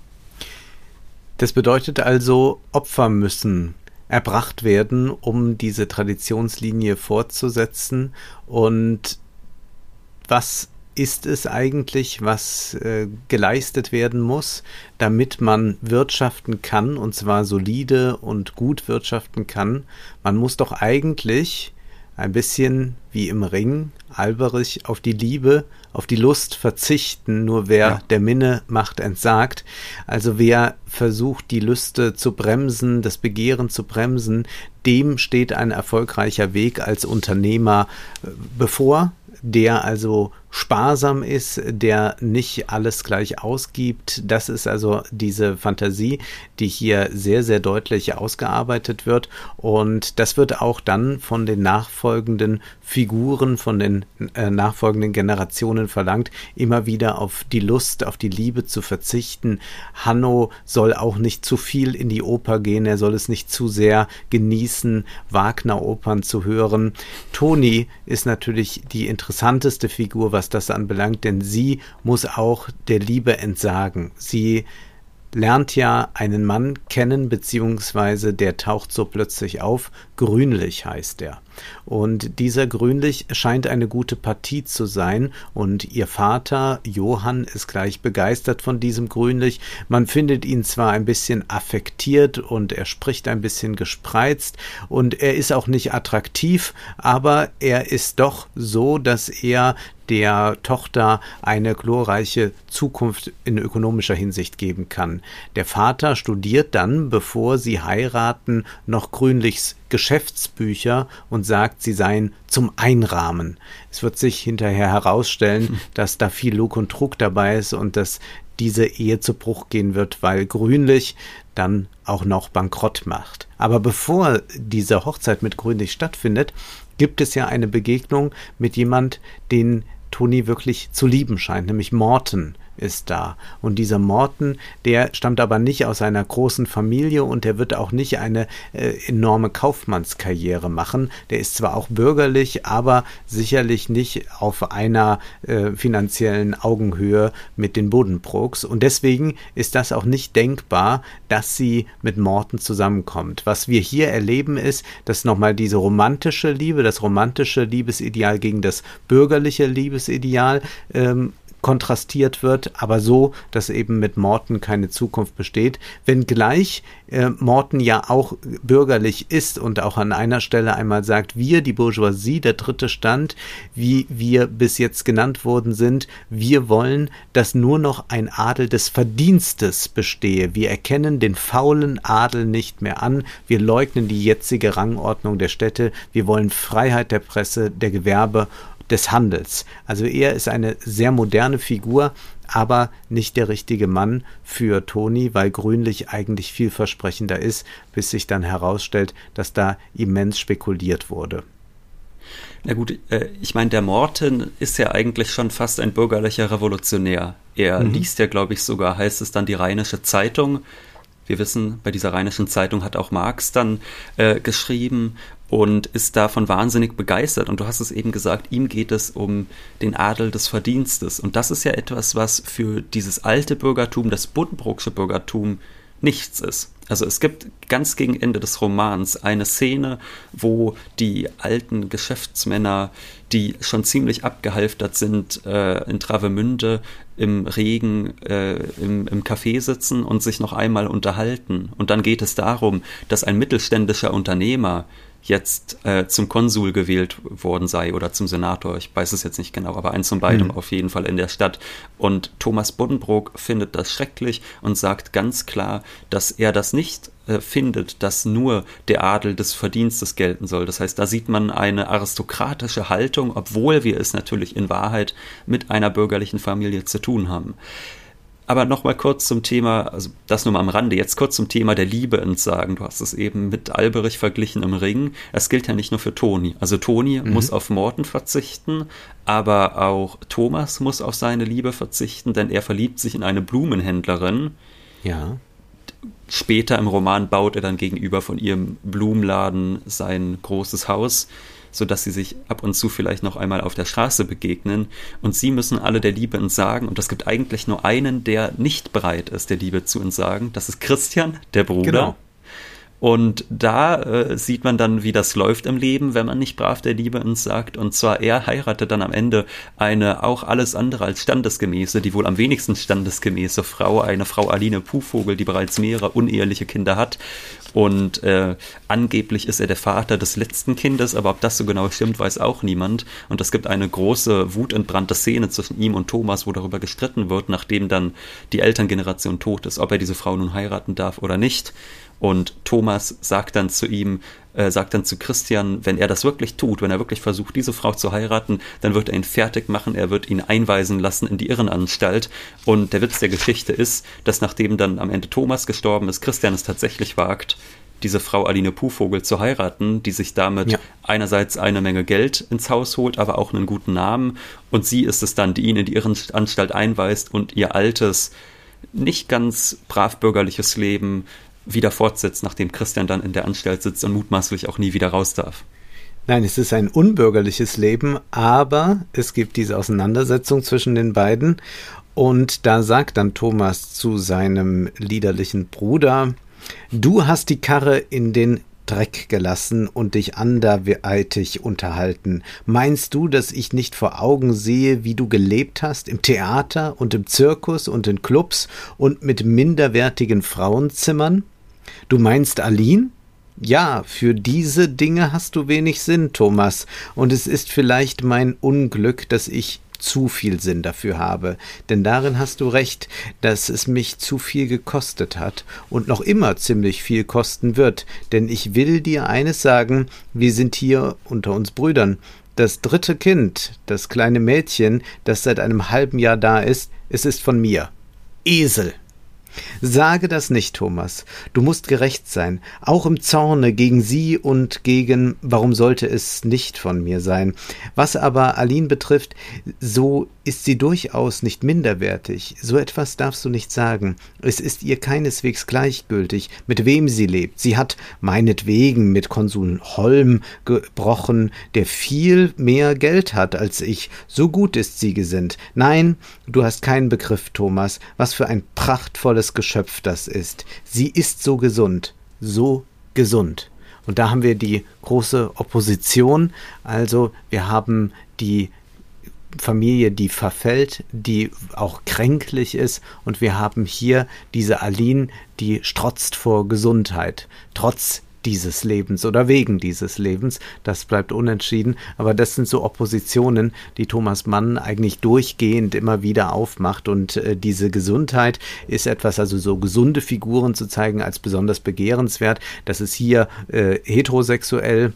Das bedeutet also, Opfer müssen erbracht werden, um diese Traditionslinie fortzusetzen. Und was ist es eigentlich, was geleistet werden muss, damit man wirtschaften kann, und zwar solide und gut wirtschaften kann? Man muss doch eigentlich ein bisschen wie im Ring, Alberich, auf die Liebe, auf die Lust verzichten, nur wer der Minne macht, entsagt. Also wer versucht, die Lüste zu bremsen, das Begehren zu bremsen, dem steht ein erfolgreicher Weg als Unternehmer bevor, der also sparsam ist, der nicht alles gleich ausgibt. Das ist also diese Fantasie, die hier sehr, sehr deutlich ausgearbeitet wird. Und das wird auch dann von den nachfolgenden Figuren, von den nachfolgenden Generationen verlangt, immer wieder auf die Lust, auf die Liebe zu verzichten. Hanno soll auch nicht zu viel in die Oper gehen, er soll es nicht zu sehr genießen, Wagner-Opern zu hören. Toni ist natürlich die interessanteste Figur, was das anbelangt, denn sie muss auch der Liebe entsagen. Sie lernt ja einen Mann kennen, beziehungsweise der taucht so plötzlich auf. Grünlich heißt er. Und dieser Grünlich scheint eine gute Partie zu sein und ihr Vater Johann ist gleich begeistert von diesem Grünlich. Man findet ihn zwar ein bisschen affektiert und er spricht ein bisschen gespreizt und er ist auch nicht attraktiv, aber er ist doch so, dass er der Tochter eine glorreiche Zukunft in ökonomischer Hinsicht geben kann. Der Vater studiert dann, bevor sie heiraten, noch Grünlichs Geschäftsbücher und sagt, sie seien zum Einrahmen. Es wird sich hinterher herausstellen, dass da viel Lug und Trug dabei ist und dass diese Ehe zu Bruch gehen wird, weil Grünlich dann auch noch bankrott macht. Aber bevor diese Hochzeit mit Grünlich stattfindet, gibt es ja eine Begegnung mit jemand, den Toni wirklich zu lieben scheint, nämlich Morten ist da. Und dieser Morten, der stammt aber nicht aus einer großen Familie und der wird auch nicht eine enorme Kaufmannskarriere machen. Der ist zwar auch bürgerlich, aber sicherlich nicht auf einer finanziellen Augenhöhe mit den Buddenbrooks. Und deswegen ist das auch nicht denkbar, dass sie mit Morten zusammenkommt. Was wir hier erleben ist, dass nochmal diese romantische Liebe, das romantische Liebesideal gegen das bürgerliche Liebesideal kontrastiert wird, aber so, dass eben mit Morten keine Zukunft besteht, wenngleich Morten ja auch bürgerlich ist und auch an einer Stelle einmal sagt, wir, die Bourgeoisie, der dritte Stand, wie wir bis jetzt genannt worden sind, wir wollen, dass nur noch ein Adel des Verdienstes bestehe. Wir erkennen den faulen Adel nicht mehr an, wir leugnen die jetzige Rangordnung der Städte, wir wollen Freiheit der Presse, der Gewerbe, des Handels. Also er ist eine sehr moderne Figur, aber nicht der richtige Mann für Toni, weil Grünlich eigentlich vielversprechender ist, bis sich dann herausstellt, dass da immens spekuliert wurde.
Na gut, ich meine, der Morten ist ja eigentlich schon fast ein bürgerlicher Revolutionär. Er liest ja, glaube ich, sogar, heißt es dann, die Rheinische Zeitung. Wir wissen, bei dieser Rheinischen Zeitung hat auch Marx dann geschrieben und ist davon wahnsinnig begeistert. Und du hast es eben gesagt, ihm geht es um den Adel des Verdienstes. Und das ist ja etwas, was für dieses alte Bürgertum, das Buddenbrooksche Bürgertum, nichts ist. Also es gibt ganz gegen Ende des Romans eine Szene, wo die alten Geschäftsmänner, die schon ziemlich abgehalftert sind, in Travemünde im Regen im Café sitzen und sich noch einmal unterhalten. Und dann geht es darum, dass ein mittelständischer Unternehmer jetzt zum Konsul gewählt worden sei oder zum Senator, ich weiß es jetzt nicht genau, aber eins von beidem auf jeden Fall in der Stadt. Und Thomas Buddenbrook findet das schrecklich und sagt ganz klar, dass er das nicht findet, dass nur der Adel des Verdienstes gelten soll. Das heißt, da sieht man eine aristokratische Haltung, obwohl wir es natürlich in Wahrheit mit einer bürgerlichen Familie zu tun haben. Aber nochmal kurz zum Thema, also das nur mal am Rande, jetzt kurz zum Thema der Liebe entsagen. Du hast es eben mit Alberich verglichen im Ring. Es gilt ja nicht nur für Toni. Also Toni muss auf Morten verzichten, aber auch Thomas muss auf seine Liebe verzichten, denn er verliebt sich in eine Blumenhändlerin.
Ja.
Später im Roman baut er dann gegenüber von ihrem Blumenladen sein großes Haus, sodass sie sich ab und zu vielleicht noch einmal auf der Straße begegnen. Und sie müssen alle der Liebe entsagen. Und es gibt eigentlich nur einen, der nicht bereit ist, der Liebe zu entsagen. Das ist Christian, der Bruder. Genau. Und da sieht man dann, wie das läuft im Leben, wenn man nicht brav der Liebe entsagt. Und zwar, er heiratet dann am Ende eine auch alles andere als standesgemäße, die wohl am wenigsten standesgemäße Frau, eine Frau Aline Puhvogel, die bereits mehrere uneheliche Kinder hat. Und angeblich ist er der Vater des letzten Kindes, aber ob das so genau stimmt, weiß auch niemand. Und es gibt eine große, wutentbrannte Szene zwischen ihm und Thomas, wo darüber gestritten wird, nachdem dann die Elterngeneration tot ist, ob er diese Frau nun heiraten darf oder nicht. Und Thomas sagt dann zu Christian, wenn er das wirklich tut, wenn er wirklich versucht, diese Frau zu heiraten, dann wird er ihn fertig machen, er wird ihn einweisen lassen in die Irrenanstalt. Und der Witz der Geschichte ist, dass nachdem dann am Ende Thomas gestorben ist, Christian es tatsächlich wagt, diese Frau Aline Puhvogel zu heiraten, die sich damit einerseits eine Menge Geld ins Haus holt, aber auch einen guten Namen. Und sie ist es dann, die ihn in die Irrenanstalt einweist und ihr altes, nicht ganz brav bürgerliches Leben wieder fortsetzt, nachdem Christian dann in der Anstalt sitzt und mutmaßlich auch nie wieder raus darf.
Nein, es ist ein unbürgerliches Leben, aber es gibt diese Auseinandersetzung zwischen den beiden. Und da sagt dann Thomas zu seinem liederlichen Bruder: Du hast die Karre in den Dreck gelassen und dich anderweitig unterhalten. Meinst du, dass ich nicht vor Augen sehe, wie du gelebt hast im Theater und im Zirkus und in Clubs und mit minderwertigen Frauenzimmern? Du meinst Aline? Ja, für diese Dinge hast du wenig Sinn, Thomas, und es ist vielleicht mein Unglück, dass ich zu viel Sinn dafür habe, denn darin hast du recht, dass es mich zu viel gekostet hat und noch immer ziemlich viel kosten wird, denn ich will dir eines sagen, wir sind hier unter uns Brüdern. Das dritte Kind, das kleine Mädchen, das seit einem halben Jahr da ist, es ist von mir. Esel! Sage das nicht, Thomas. Du musst gerecht sein, auch im Zorne gegen sie und gegen, warum sollte es nicht von mir sein? Was aber Aline betrifft, so ist sie durchaus nicht minderwertig. So etwas darfst du nicht sagen. Es ist ihr keineswegs gleichgültig, mit wem sie lebt. Sie hat meinetwegen mit Konsul Holm gebrochen, der viel mehr Geld hat als ich. So gut ist sie gesinnt. Nein, du hast keinen Begriff, Thomas, was für ein prachtvolles Geschöpf das ist. Sie ist so gesund, so gesund. Und da haben wir die große Opposition. Also wir haben die Familie, die verfällt, die auch kränklich ist, und wir haben hier diese Aline, die strotzt vor Gesundheit, trotz dieses Lebens oder wegen dieses Lebens, das bleibt unentschieden, aber das sind so Oppositionen, die Thomas Mann eigentlich durchgehend immer wieder aufmacht, und diese Gesundheit ist etwas, also so gesunde Figuren zu zeigen als besonders begehrenswert, das ist hier heterosexuell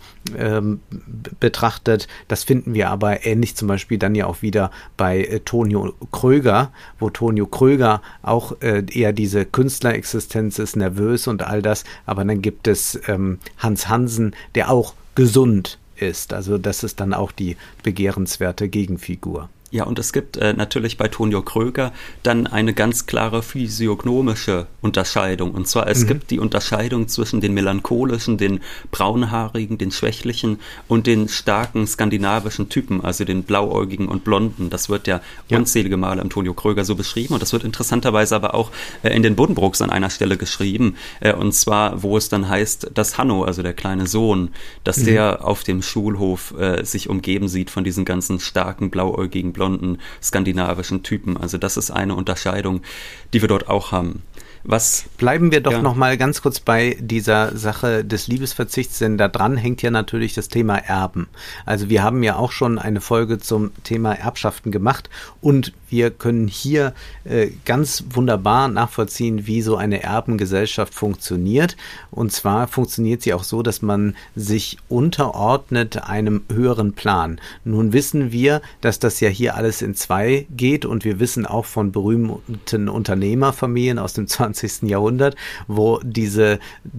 betrachtet, das finden wir aber ähnlich zum Beispiel dann ja auch wieder bei Tonio Kröger, wo Tonio Kröger auch eher diese Künstlerexistenz ist, nervös und all das, aber dann gibt es Hans Hansen, der auch gesund ist. Also das ist dann auch die begehrenswerte Gegenfigur.
Ja, und es gibt natürlich bei Tonio Kröger dann eine ganz klare physiognomische Unterscheidung. Und zwar, es gibt die Unterscheidung zwischen den melancholischen, den braunhaarigen, den schwächlichen und den starken skandinavischen Typen, also den blauäugigen und blonden. Das wird ja unzählige Male im Tonio Kröger so beschrieben. Und das wird interessanterweise aber auch in den Buddenbrooks an einer Stelle geschrieben. Und zwar, wo es dann heißt, dass Hanno, also der kleine Sohn, dass der auf dem Schulhof sich umgeben sieht von diesen ganzen starken, blauäugigen, blonden skandinavischen Typen. Also das ist eine Unterscheidung, die wir dort auch haben.
Bleiben wir doch noch mal ganz kurz bei dieser Sache des Liebesverzichts, denn da dran hängt ja natürlich das Thema Erben. Also wir haben ja auch schon eine Folge zum Thema Erbschaften gemacht, und wir können hier ganz wunderbar nachvollziehen, wie so eine Erbengesellschaft funktioniert. Und zwar funktioniert sie auch so, dass man sich unterordnet einem höheren Plan. Nun wissen wir, dass das ja hier alles in zwei geht, und wir wissen auch von berühmten Unternehmerfamilien aus dem 20. Jahrhundert, wo diese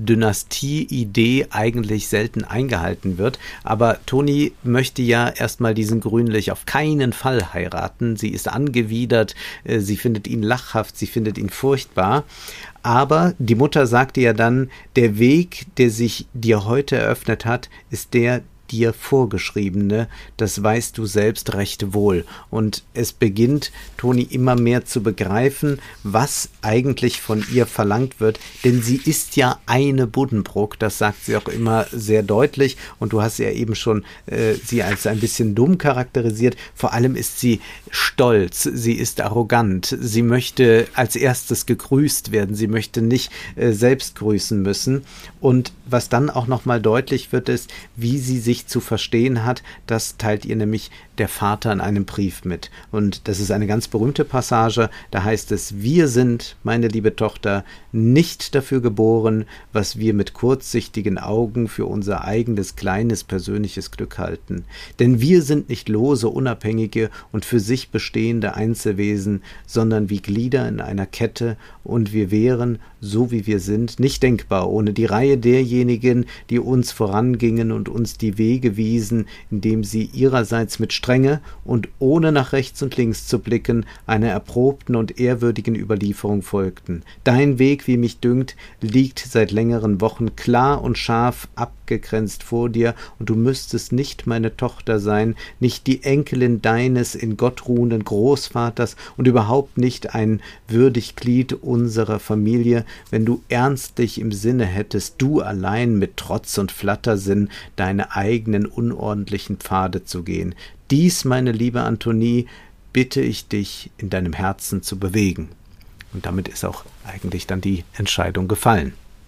Dynastie-Idee eigentlich selten eingehalten wird. Aber Toni möchte ja erstmal diesen Grünlich auf keinen Fall heiraten. Sie ist angewidert, sie findet ihn lachhaft, sie findet ihn furchtbar. Aber die Mutter sagte ja dann, der Weg, der sich dir heute eröffnet hat, ist der dir vorgeschriebene, das weißt du selbst recht wohl. Und es beginnt Toni immer mehr zu begreifen, was eigentlich von ihr verlangt wird, denn sie ist ja eine Buddenbrook, das sagt sie auch immer sehr deutlich, und du hast ja eben schon sie als ein bisschen dumm charakterisiert. Vor allem ist sie stolz, sie ist arrogant, sie möchte als erstes gegrüßt werden, sie möchte nicht selbst grüßen müssen, und was dann auch nochmal deutlich wird, ist, wie sie sich zu verstehen hat, das teilt ihr nämlich der Vater in einem Brief mit. Und das ist eine ganz berühmte Passage, da heißt es: Wir sind, meine liebe Tochter, nicht dafür geboren, was wir mit kurzsichtigen Augen für unser eigenes kleines persönliches Glück halten. Denn wir sind nicht lose, unabhängige und für sich bestehende Einzelwesen, sondern wie Glieder in einer Kette, und wir wären, so wie wir sind, nicht denkbar ohne die Reihe derjenigen, die uns vorangingen und uns die Wege wiesen, indem sie ihrerseits mit Strenge und ohne nach rechts und links zu blicken, einer erprobten und ehrwürdigen Überlieferung folgten. Dein Weg, wie mich dünkt, liegt seit längeren Wochen klar und scharf abgekränzt vor dir, und du müsstest nicht meine Tochter sein, nicht die Enkelin deines in Gott ruhenden Großvaters und überhaupt nicht ein würdig Glied unserer Familie, wenn du ernstlich im Sinne hättest, du allein mit Trotz und Flattersinn deine eigenen unordentlichen Pfade zu gehen. Dies, meine liebe Antonie, bitte ich dich in deinem Herzen zu bewegen. Und damit ist auch eigentlich dann die Entscheidung gefallen.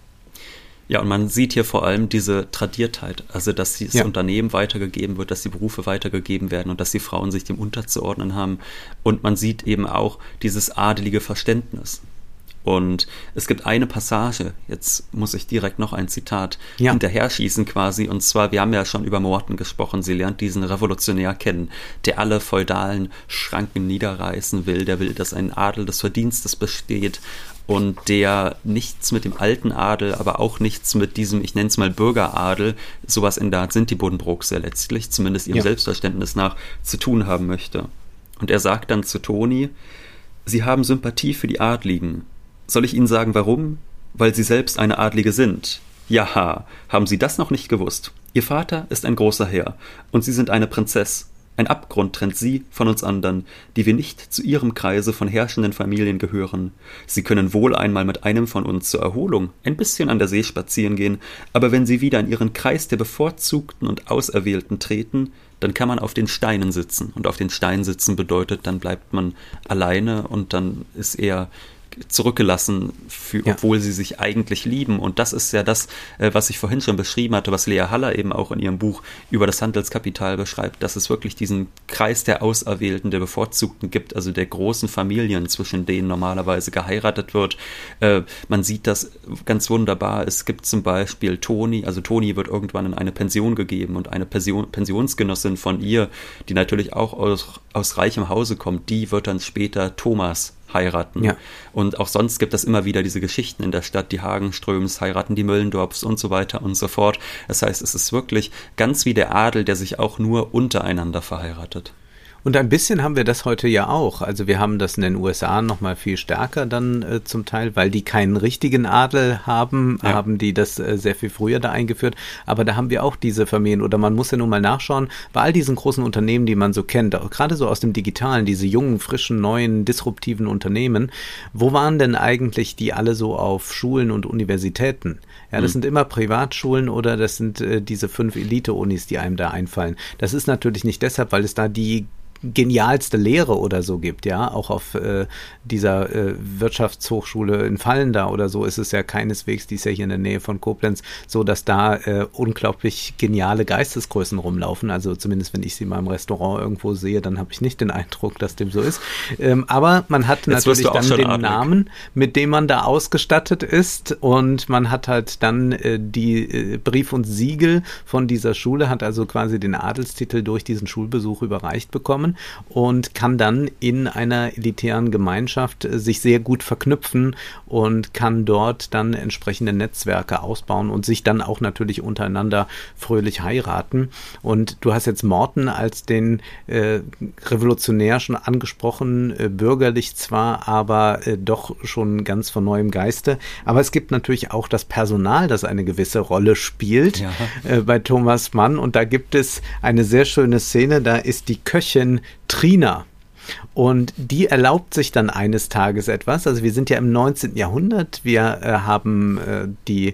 Ja, und man sieht hier vor allem diese Tradiertheit, also dass das Unternehmen weitergegeben wird, dass die Berufe weitergegeben werden und dass die Frauen sich dem unterzuordnen haben. Und man sieht eben auch dieses adelige Verständnis. Und es gibt eine Passage, jetzt muss ich direkt noch ein Zitat hinterher schießen quasi, und zwar, wir haben ja schon über Morton gesprochen, sie lernt diesen Revolutionär kennen, der alle feudalen Schranken niederreißen will, der will, dass ein Adel des Verdienstes besteht und der nichts mit dem alten Adel, aber auch nichts mit diesem, ich nenne es mal Bürgeradel, sowas in der Art sind die Buddenbrooks ja letztlich, zumindest ihrem Selbstverständnis nach, zu tun haben möchte. Und er sagt dann zu Toni, sie haben Sympathie für die Adligen. Soll ich Ihnen sagen, warum? Weil Sie selbst eine Adlige sind. Jaha, haben Sie das noch nicht gewusst? Ihr Vater ist ein großer Herr, und Sie sind eine Prinzess. Ein Abgrund trennt Sie von uns anderen, die wir nicht zu Ihrem Kreise von herrschenden Familien gehören. Sie können wohl einmal mit einem von uns zur Erholung ein bisschen an der See spazieren gehen, aber wenn Sie wieder in Ihren Kreis der Bevorzugten und Auserwählten treten, dann kann man auf den Steinen sitzen. Und auf den Steinen sitzen bedeutet, dann bleibt man alleine und dann ist er zurückgelassen, obwohl sie sich eigentlich lieben. Und das ist ja das, was ich vorhin schon beschrieben hatte, was Lea Haller eben auch in ihrem Buch über das Handelskapital beschreibt, dass es wirklich diesen Kreis der Auserwählten, der Bevorzugten gibt, also der großen Familien, zwischen denen normalerweise geheiratet wird. Man sieht das ganz wunderbar. Es gibt zum Beispiel Toni, also Toni wird irgendwann in eine Pension gegeben und eine Pensionsgenossin von ihr, die natürlich auch aus reichem Hause kommt, die wird dann später Thomas heiraten. Ja. Und auch sonst gibt es immer wieder diese Geschichten in der Stadt, die Hagenströms heiraten die Möllendorfs und so weiter und so fort. Das heißt, es ist wirklich ganz wie der Adel, der sich auch nur untereinander verheiratet.
Und ein bisschen haben wir das heute ja auch. Also wir haben das in den USA noch mal viel stärker dann zum Teil, weil die keinen richtigen Adel haben, haben die das sehr viel früher da eingeführt. Aber da haben wir auch diese Familien. Oder man muss ja nun mal nachschauen, bei all diesen großen Unternehmen, die man so kennt, auch gerade so aus dem Digitalen, diese jungen, frischen, neuen, disruptiven Unternehmen, wo waren denn eigentlich die alle so auf Schulen und Universitäten? Ja, das sind immer Privatschulen oder das sind diese 5 Elite-Unis, die einem da einfallen. Das ist natürlich nicht deshalb, weil es da die genialste Lehre oder so gibt, ja, auch auf dieser Wirtschaftshochschule in Fallenda oder so ist es ja keineswegs, die ist ja hier in der Nähe von Koblenz, so dass da unglaublich geniale Geistesgrößen rumlaufen, also zumindest wenn ich sie mal im Restaurant irgendwo sehe, dann habe ich nicht den Eindruck, dass dem so ist, aber man hat natürlich dann den Namen, mit dem man da ausgestattet ist und man hat halt dann die Brief und Siegel von dieser Schule, hat also quasi den Adelstitel durch diesen Schulbesuch überreicht bekommen und kann dann in einer elitären Gemeinschaft sich sehr gut verknüpfen und kann dort dann entsprechende Netzwerke ausbauen und sich dann auch natürlich untereinander fröhlich heiraten. Und du hast jetzt Morton als den Revolutionär schon angesprochen, bürgerlich zwar, aber doch schon ganz von neuem Geiste. Aber es gibt natürlich auch das Personal, das eine gewisse Rolle spielt bei Thomas Mann. Und da gibt es eine sehr schöne Szene, da ist die Köchin Trina. Und die erlaubt sich dann eines Tages etwas. Also wir sind ja im 19. Jahrhundert, wir haben die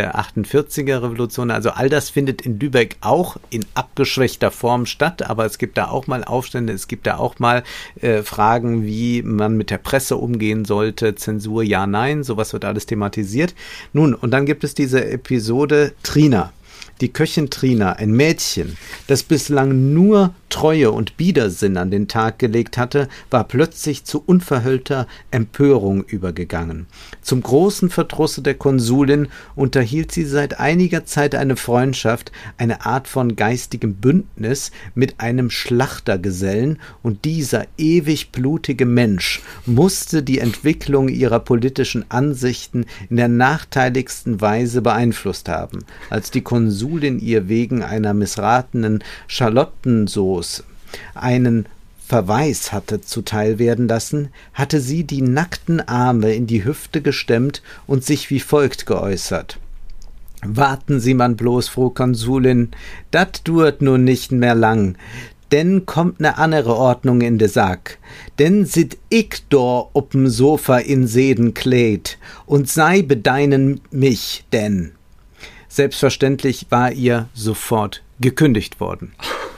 48er Revolution, also all das findet in Lübeck auch in abgeschwächter Form statt, aber es gibt da auch mal Aufstände, es gibt da auch mal Fragen, wie man mit der Presse umgehen sollte, Zensur, ja, nein, sowas wird alles thematisiert. Nun, und dann gibt es diese Episode Trina. Die Köchin Trina, ein Mädchen, das bislang nur Treue und Biedersinn an den Tag gelegt hatte, war plötzlich zu unverhüllter Empörung übergegangen. Zum großen Verdrusse der Konsulin unterhielt sie seit einiger Zeit eine Freundschaft, eine Art von geistigem Bündnis mit einem Schlachtergesellen, und dieser ewig blutige Mensch musste die Entwicklung ihrer politischen Ansichten in der nachteiligsten Weise beeinflusst haben. Als die Konsulin ihr wegen einer missratenen Schalottensauce einen Verweis hatte zuteil werden lassen, hatte sie die nackten Arme in die Hüfte gestemmt und sich wie folgt geäußert: Warten Sie man bloß, Frau Konsulin, dat duert nur nicht mehr lang. Denn kommt ne andere Ordnung in de Sack. Denn sit ich dor op'm Sofa in Sedenkleed und sei bedeinen mich denn. Selbstverständlich war ihr sofort gekündigt worden.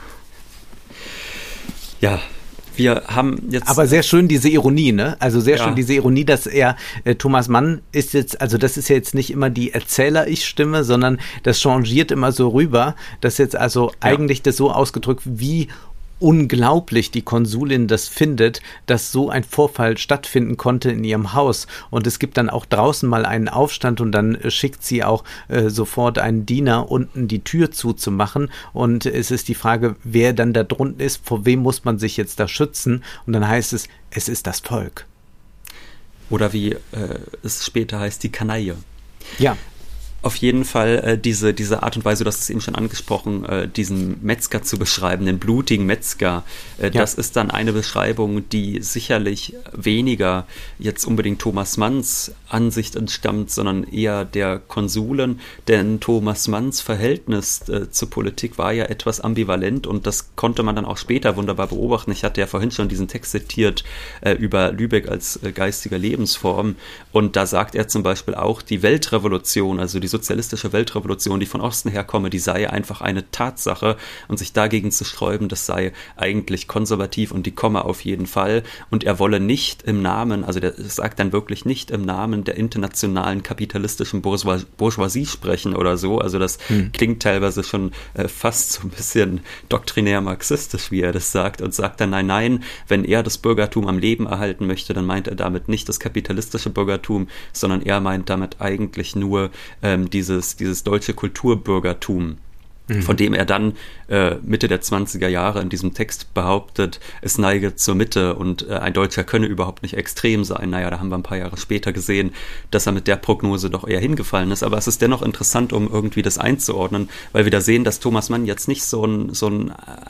Ja, wir haben jetzt...
Aber sehr schön diese Ironie, ne? Also sehr schön diese Ironie, dass er, Thomas Mann ist jetzt, also das ist ja jetzt nicht immer die Erzähler-Ich-Stimme, sondern das changiert immer so rüber, dass jetzt also eigentlich das so ausgedrückt, wie unglaublich die Konsulin das findet, dass so ein Vorfall stattfinden konnte in ihrem Haus. Und es gibt dann auch draußen mal einen Aufstand und dann schickt sie auch sofort einen Diener, unten die Tür zuzumachen. Und es ist die Frage, wer dann da drunten ist, vor wem muss man sich jetzt da schützen? Und dann heißt es, es ist das Volk.
Oder wie es später heißt, die Kanaille.
Ja.
Auf jeden Fall diese Art und Weise, du hast es eben schon angesprochen, diesen Metzger zu beschreiben, den blutigen Metzger, das ist dann eine Beschreibung, die sicherlich weniger jetzt unbedingt Thomas Manns Ansicht entstammt, sondern eher der Konsulin, denn Thomas Manns Verhältnis zur Politik war ja etwas ambivalent und das konnte man dann auch später wunderbar beobachten. Ich hatte ja vorhin schon diesen Text zitiert über Lübeck als geistige Lebensform und da sagt er zum Beispiel auch, die Weltrevolution, also die sozialistische Weltrevolution, die von Osten herkomme, die sei einfach eine Tatsache und sich dagegen zu sträuben, das sei eigentlich konservativ und die komme auf jeden Fall und er wolle nicht im Namen, also der sagt dann wirklich nicht im Namen der internationalen kapitalistischen Bourgeoisie sprechen oder so, also das klingt teilweise schon fast so ein bisschen doktrinär marxistisch, wie er das sagt und sagt dann, nein, wenn er das Bürgertum am Leben erhalten möchte, dann meint er damit nicht das kapitalistische Bürgertum, sondern er meint damit eigentlich nur dieses deutsche Kulturbürgertum, von dem er dann Mitte der 20er Jahre in diesem Text behauptet, es neige zur Mitte und ein Deutscher könne überhaupt nicht extrem sein. Naja, da haben wir ein paar Jahre später gesehen, dass er mit der Prognose doch eher hingefallen ist. Aber es ist dennoch interessant, um irgendwie das einzuordnen, weil wir da sehen, dass Thomas Mann jetzt nicht so ein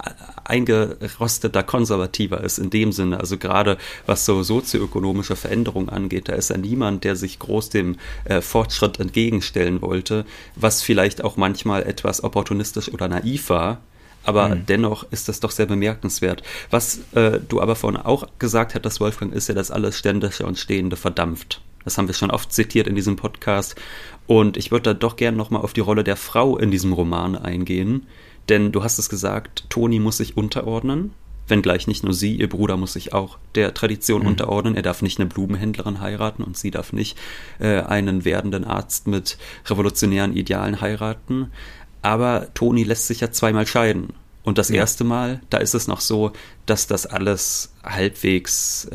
eingerosteter Konservativer ist in dem Sinne. Also gerade was so sozioökonomische Veränderungen angeht, da ist er niemand, der sich groß dem Fortschritt entgegenstellen wollte, was vielleicht auch manchmal etwas opportunistisch oder naiv war. Aber dennoch ist das doch sehr bemerkenswert. Was du aber vorhin auch gesagt hattest, Wolfgang, ist ja, dass alles Ständische und Stehende verdampft. Das haben wir schon oft zitiert in diesem Podcast. Und ich würde da doch gerne nochmal auf die Rolle der Frau in diesem Roman eingehen. Denn du hast es gesagt, Toni muss sich unterordnen. Wenngleich nicht nur sie, ihr Bruder muss sich auch der Tradition unterordnen. Er darf nicht eine Blumenhändlerin heiraten und sie darf nicht einen werdenden Arzt mit revolutionären Idealen heiraten. Aber Toni lässt sich ja zweimal scheiden. Und das erste Mal, da ist es noch so, dass das alles halbwegs,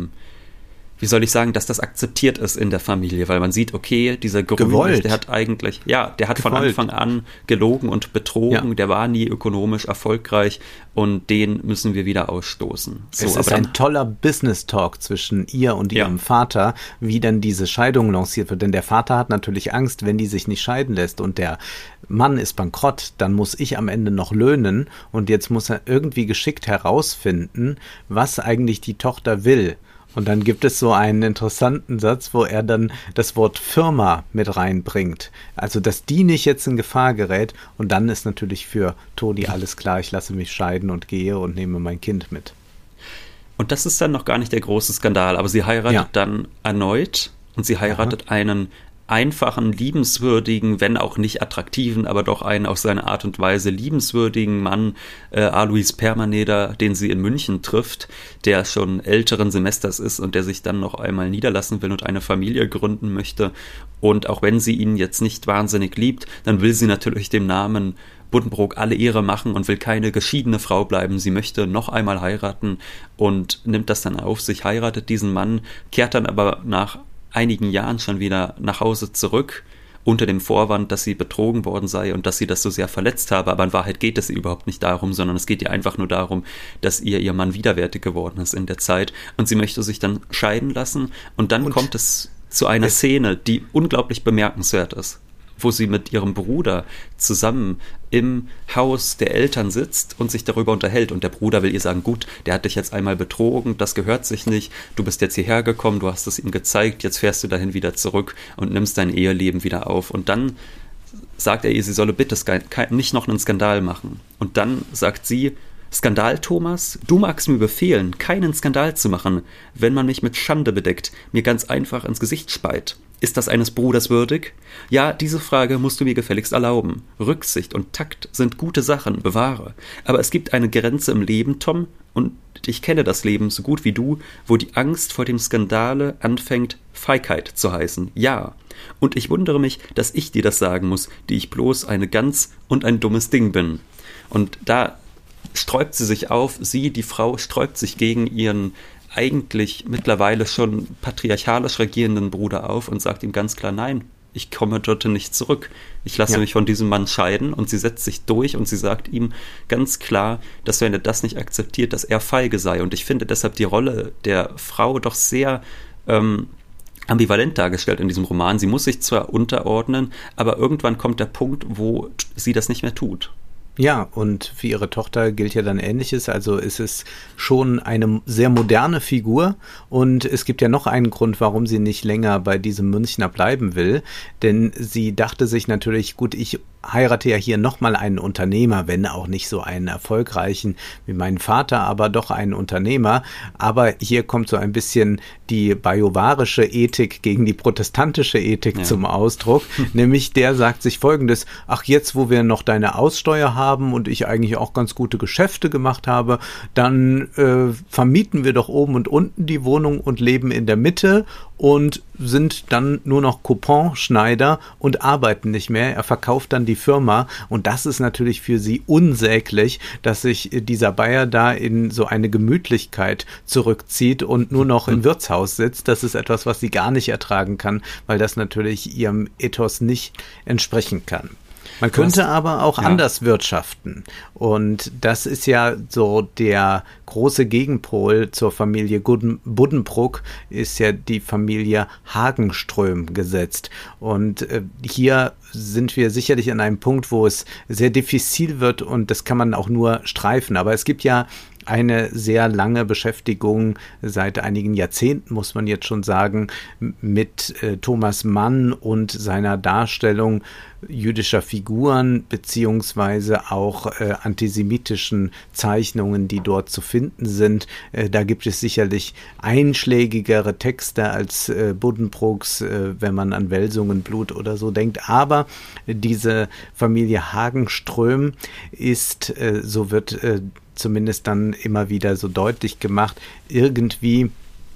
wie soll ich sagen, dass das akzeptiert ist in der Familie, weil man sieht, okay, dieser Grünwald, der hat eigentlich, der hat von Anfang an gelogen und betrogen, der war nie ökonomisch erfolgreich und den müssen wir wieder ausstoßen.
So, es ist ein toller Business-Talk zwischen ihr und ihrem Vater, wie dann diese Scheidung lanciert wird, denn der Vater hat natürlich Angst, wenn die sich nicht scheiden lässt und der Mann ist bankrott, dann muss ich am Ende noch löhnen und jetzt muss er irgendwie geschickt herausfinden, was eigentlich die Tochter will. Und dann gibt es so einen interessanten Satz, wo er dann das Wort Firma mit reinbringt. Also, dass die nicht jetzt in Gefahr gerät. Und dann ist natürlich für Toni alles klar, ich lasse mich scheiden und gehe und nehme mein Kind mit.
Und das ist dann noch gar nicht der große Skandal. Aber sie heiratet dann erneut und sie heiratet einen einfachen, liebenswürdigen, wenn auch nicht attraktiven, aber doch einen auf seine Art und Weise liebenswürdigen Mann, Alois Permaneder, den sie in München trifft, der schon älteren Semesters ist und der sich dann noch einmal niederlassen will und eine Familie gründen möchte. Und auch wenn sie ihn jetzt nicht wahnsinnig liebt, dann will sie natürlich dem Namen Buddenbrook alle Ehre machen und will keine geschiedene Frau bleiben. Sie möchte noch einmal heiraten und nimmt das dann auf sich, heiratet diesen Mann, kehrt dann aber nach einigen Jahren schon wieder nach Hause zurück, unter dem Vorwand, dass sie betrogen worden sei und dass sie das so sehr verletzt habe, aber in Wahrheit geht es ihr überhaupt nicht darum, sondern es geht ihr einfach nur darum, dass ihr Mann widerwärtig geworden ist in der Zeit und sie möchte sich dann scheiden lassen und dann kommt es zu einer Szene, die unglaublich bemerkenswert ist, wo sie mit ihrem Bruder zusammen im Haus der Eltern sitzt und sich darüber unterhält. Und der Bruder will ihr sagen, gut, der hat dich jetzt einmal betrogen, das gehört sich nicht, du bist jetzt hierher gekommen, du hast es ihm gezeigt, jetzt fährst du dahin wieder zurück und nimmst dein Eheleben wieder auf. Und dann sagt er ihr, sie solle bitte nicht noch einen Skandal machen. Und dann sagt sie: Skandal, Thomas? Du magst mir befehlen, keinen Skandal zu machen, wenn man mich mit Schande bedeckt, mir ganz einfach ins Gesicht speit. Ist das eines Bruders würdig? Ja, diese Frage musst du mir gefälligst erlauben. Rücksicht und Takt sind gute Sachen, bewahre. Aber es gibt eine Grenze im Leben, Tom, und ich kenne das Leben so gut wie du, wo die Angst vor dem Skandale anfängt, Feigheit zu heißen. Ja. Und ich wundere mich, dass ich dir das sagen muss, die ich bloß eine Gans und ein dummes Ding bin. Und da sträubt sie sich auf, die Frau, sträubt sich gegen ihren eigentlich mittlerweile schon patriarchalisch regierenden Bruder auf und sagt ihm ganz klar: Nein, ich komme dort nicht zurück. Ich lasse mich von diesem Mann scheiden. Und sie setzt sich durch und sie sagt ihm ganz klar, dass wenn er das nicht akzeptiert, dass er feige sei. Und ich finde deshalb die Rolle der Frau doch sehr ambivalent dargestellt in diesem Roman. Sie muss sich zwar unterordnen, aber irgendwann kommt der Punkt, wo sie das nicht mehr tut.
Ja, und für ihre Tochter gilt ja dann Ähnliches. Also es ist schon eine sehr moderne Figur und es gibt ja noch einen Grund, warum sie nicht länger bei diesem Münchner bleiben will. Denn sie dachte sich natürlich, gut, ich heirate ja hier nochmal einen Unternehmer, wenn auch nicht so einen erfolgreichen wie mein Vater, aber doch einen Unternehmer. Aber hier kommt so ein bisschen die bajuwarische Ethik gegen die protestantische Ethik zum Ausdruck. Nämlich der sagt sich Folgendes: Ach, jetzt, wo wir noch deine Aussteuer haben und ich eigentlich auch ganz gute Geschäfte gemacht habe, dann vermieten wir doch oben und unten die Wohnung und leben in der Mitte und sind dann nur noch Couponschneider und arbeiten nicht mehr. Er verkauft dann die Firma und das ist natürlich für sie unsäglich, dass sich dieser Bayer da in so eine Gemütlichkeit zurückzieht und nur noch im Wirtshaus sitzt. Das ist etwas, was sie gar nicht ertragen kann, weil das natürlich ihrem Ethos nicht entsprechen kann. Man könnte aber auch anders wirtschaften. Und das ist ja so der große Gegenpol zur Familie Buddenbrook, ist ja die Familie Hagenström gesetzt. Und hier sind wir sicherlich an einem Punkt, wo es sehr diffizil wird und das kann man auch nur streifen. Aber es gibt ja eine sehr lange Beschäftigung, seit einigen Jahrzehnten muss man jetzt schon sagen, mit Thomas Mann und seiner Darstellung jüdischer Figuren beziehungsweise auch antisemitischen Zeichnungen, die dort zu finden sind. Da gibt es sicherlich einschlägigere Texte als Buddenbrooks, wenn man an Welsungen, Blut oder so denkt. Aber diese Familie Hagenström ist, so wird zumindest dann immer wieder so deutlich gemacht, irgendwie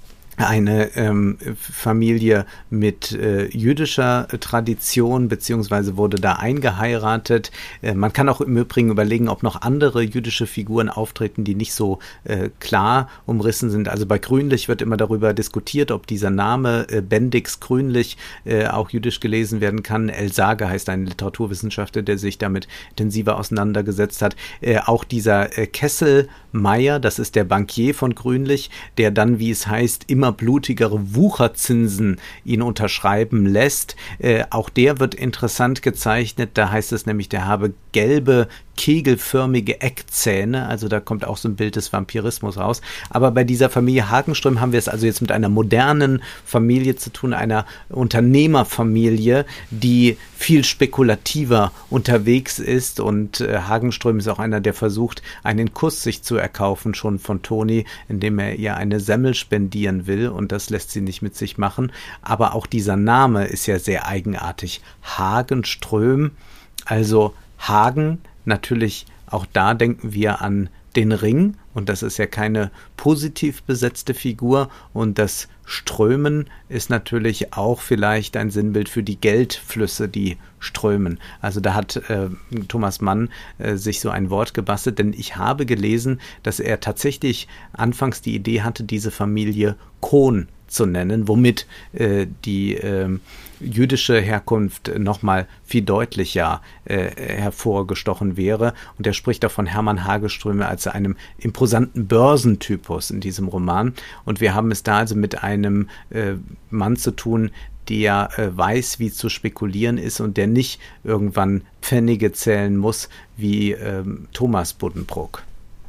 eine Familie mit jüdischer Tradition, beziehungsweise wurde da eingeheiratet. Man kann auch im Übrigen überlegen, ob noch andere jüdische Figuren auftreten, die nicht so klar umrissen sind. Also bei Grünlich wird immer darüber diskutiert, ob dieser Name Bendix Grünlich auch jüdisch gelesen werden kann. Elsage heißt ein Literaturwissenschaftler, der sich damit intensiver auseinandergesetzt hat. Auch dieser Kesselmeier, das ist der Bankier von Grünlich, der dann, wie es heißt, immer blutigere Wucherzinsen ihn unterschreiben lässt. Auch der wird interessant gezeichnet. Da heißt es nämlich, der habe gelbe, kegelförmige Eckzähne. Also da kommt auch so ein Bild des Vampirismus raus. Aber bei dieser Familie Hagenström haben wir es also jetzt mit einer modernen Familie zu tun, einer Unternehmerfamilie, die viel spekulativer unterwegs ist. Und Hagenström ist auch einer, der versucht, einen Kuss sich zu erkaufen, schon von Toni, indem er ihr eine Semmel spendieren will. Und das lässt sie nicht mit sich machen. Aber auch dieser Name ist ja sehr eigenartig. Hagenström, also Hagen, natürlich auch da denken wir an den Ring und das ist ja keine positiv besetzte Figur und das Strömen ist natürlich auch vielleicht ein Sinnbild für die Geldflüsse, die strömen. Also da hat Thomas Mann sich so ein Wort gebastelt, denn ich habe gelesen, dass er tatsächlich anfangs die Idee hatte, diese Familie Kohn zu nennen, womit die jüdische Herkunft nochmal viel deutlicher hervorgestochen wäre. Und er spricht auch von Hermann Hagenström als einem imposanten Börsentypus in diesem Roman. Und wir haben es da also mit einem Mann zu tun, der weiß, wie zu spekulieren ist und der nicht irgendwann Pfennige zählen muss wie Thomas Buddenbrook.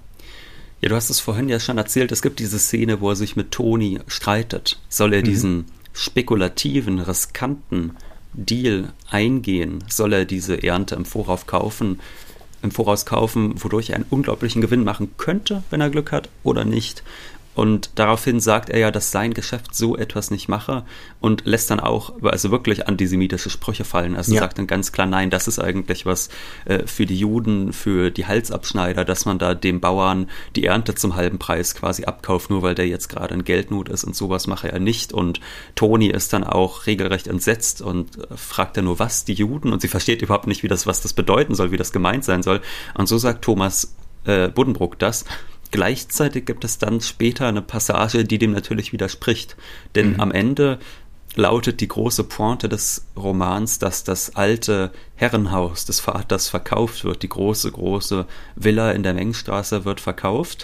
Ja, du hast es vorhin ja schon erzählt, es gibt diese Szene, wo er sich mit Toni streitet. Soll er diesen spekulativen, riskanten Deal eingehen, soll er diese Ernte im Voraus kaufen, wodurch er einen unglaublichen Gewinn machen könnte, wenn er Glück hat, oder nicht. Und daraufhin sagt er ja, dass sein Geschäft so etwas nicht mache und lässt dann auch, also wirklich antisemitische Sprüche fallen. Also sagt dann ganz klar, nein, das ist eigentlich was für die Juden, für die Halsabschneider, dass man da dem Bauern die Ernte zum halben Preis quasi abkauft, nur weil der jetzt gerade in Geldnot ist, und sowas mache er nicht. Und Toni ist dann auch regelrecht entsetzt und fragt dann nur, was, die Juden? Und sie versteht überhaupt nicht, was das bedeuten soll, wie das gemeint sein soll. Und so sagt Thomas Buddenbrook das. Gleichzeitig gibt es dann später eine Passage, die dem natürlich widerspricht. Denn am Ende lautet die große Pointe des Romans, dass das alte Herrenhaus des Vaters verkauft wird. Die große Villa in der Mengstraße wird verkauft.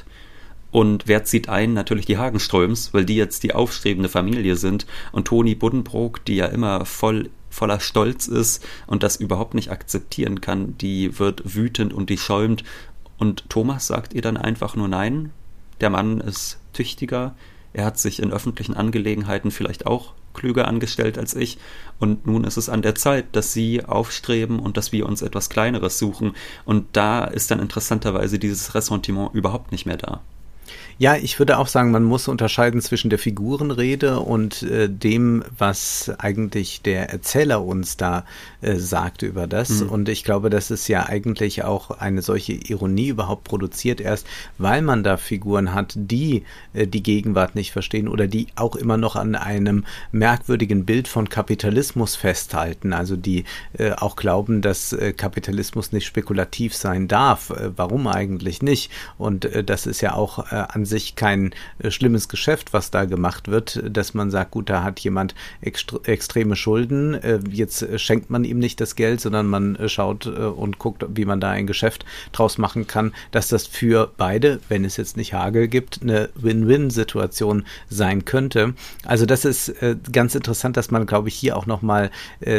Und wer zieht ein? Natürlich die Hagenströms, weil die jetzt die aufstrebende Familie sind. Und Toni Buddenbrook, die ja immer voller Stolz ist und das überhaupt nicht akzeptieren kann, die wird wütend und die schäumt. Und Thomas sagt ihr dann einfach nur nein, der Mann ist tüchtiger, er hat sich in öffentlichen Angelegenheiten vielleicht auch klüger angestellt als ich, und nun ist es an der Zeit, dass sie aufstreben und dass wir uns etwas Kleineres suchen, und da ist dann interessanterweise dieses Ressentiment überhaupt nicht mehr da.
Ja, ich würde auch sagen, man muss unterscheiden zwischen der Figurenrede und dem, was eigentlich der Erzähler uns da sagt über das. Und ich glaube, das ist ja eigentlich auch eine solche Ironie überhaupt produziert erst, weil man da Figuren hat, die die Gegenwart nicht verstehen oder die auch immer noch an einem merkwürdigen Bild von Kapitalismus festhalten. Also die auch glauben, dass Kapitalismus nicht spekulativ sein darf. Warum eigentlich nicht? Und das ist ja auch an sich kein schlimmes Geschäft, was da gemacht wird, dass man sagt, gut, da hat jemand extreme Schulden, jetzt schenkt man ihm nicht das Geld, sondern man schaut und guckt, wie man da ein Geschäft draus machen kann, dass das für beide, wenn es jetzt nicht Hagel gibt, eine Win-Win-Situation sein könnte. Also das ist ganz interessant, dass man, glaube ich, hier auch nochmal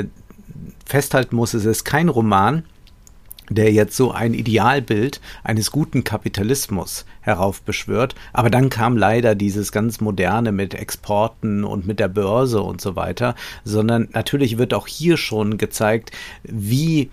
festhalten muss, es ist kein Roman, der jetzt so ein Idealbild eines guten Kapitalismus heraufbeschwört. Aber dann kam leider dieses ganz Moderne mit Exporten und mit der Börse und so weiter, sondern natürlich wird auch hier schon gezeigt, wie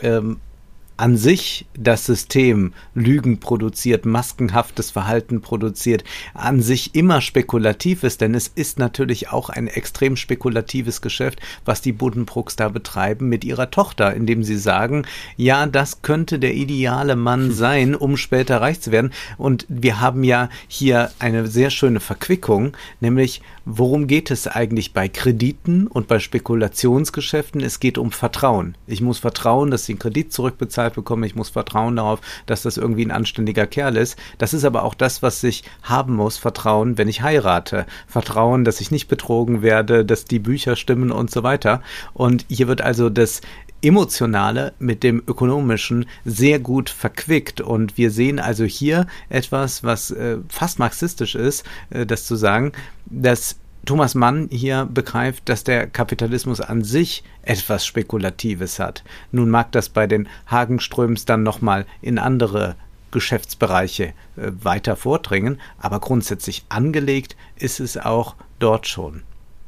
an sich das System Lügen produziert, maskenhaftes Verhalten produziert, an sich immer spekulativ ist, denn es ist natürlich auch ein extrem spekulatives Geschäft, was die Buddenbrooks da betreiben mit ihrer Tochter, indem sie sagen, ja, das könnte der ideale Mann sein, um später reich zu werden. Und wir haben ja hier eine sehr schöne Verquickung, nämlich worum geht es eigentlich bei Krediten und bei Spekulationsgeschäften? Es geht um Vertrauen. Ich muss vertrauen, dass ich den Kredit zurückbezahlt bekomme. Ich muss vertrauen darauf, dass das irgendwie ein anständiger Kerl ist. Das ist aber auch das, was ich haben muss. Vertrauen, wenn ich heirate. Vertrauen, dass ich nicht betrogen werde, dass die Bücher stimmen und so weiter. Und hier wird also das Emotionale mit dem Ökonomischen sehr gut verquickt, und wir sehen also hier etwas, was fast marxistisch ist, das zu sagen, dass Thomas Mann hier begreift, dass der Kapitalismus an sich etwas Spekulatives hat. Nun mag das bei den Hagenströms dann nochmal in andere Geschäftsbereiche weiter vordringen, aber grundsätzlich angelegt ist es auch dort schon.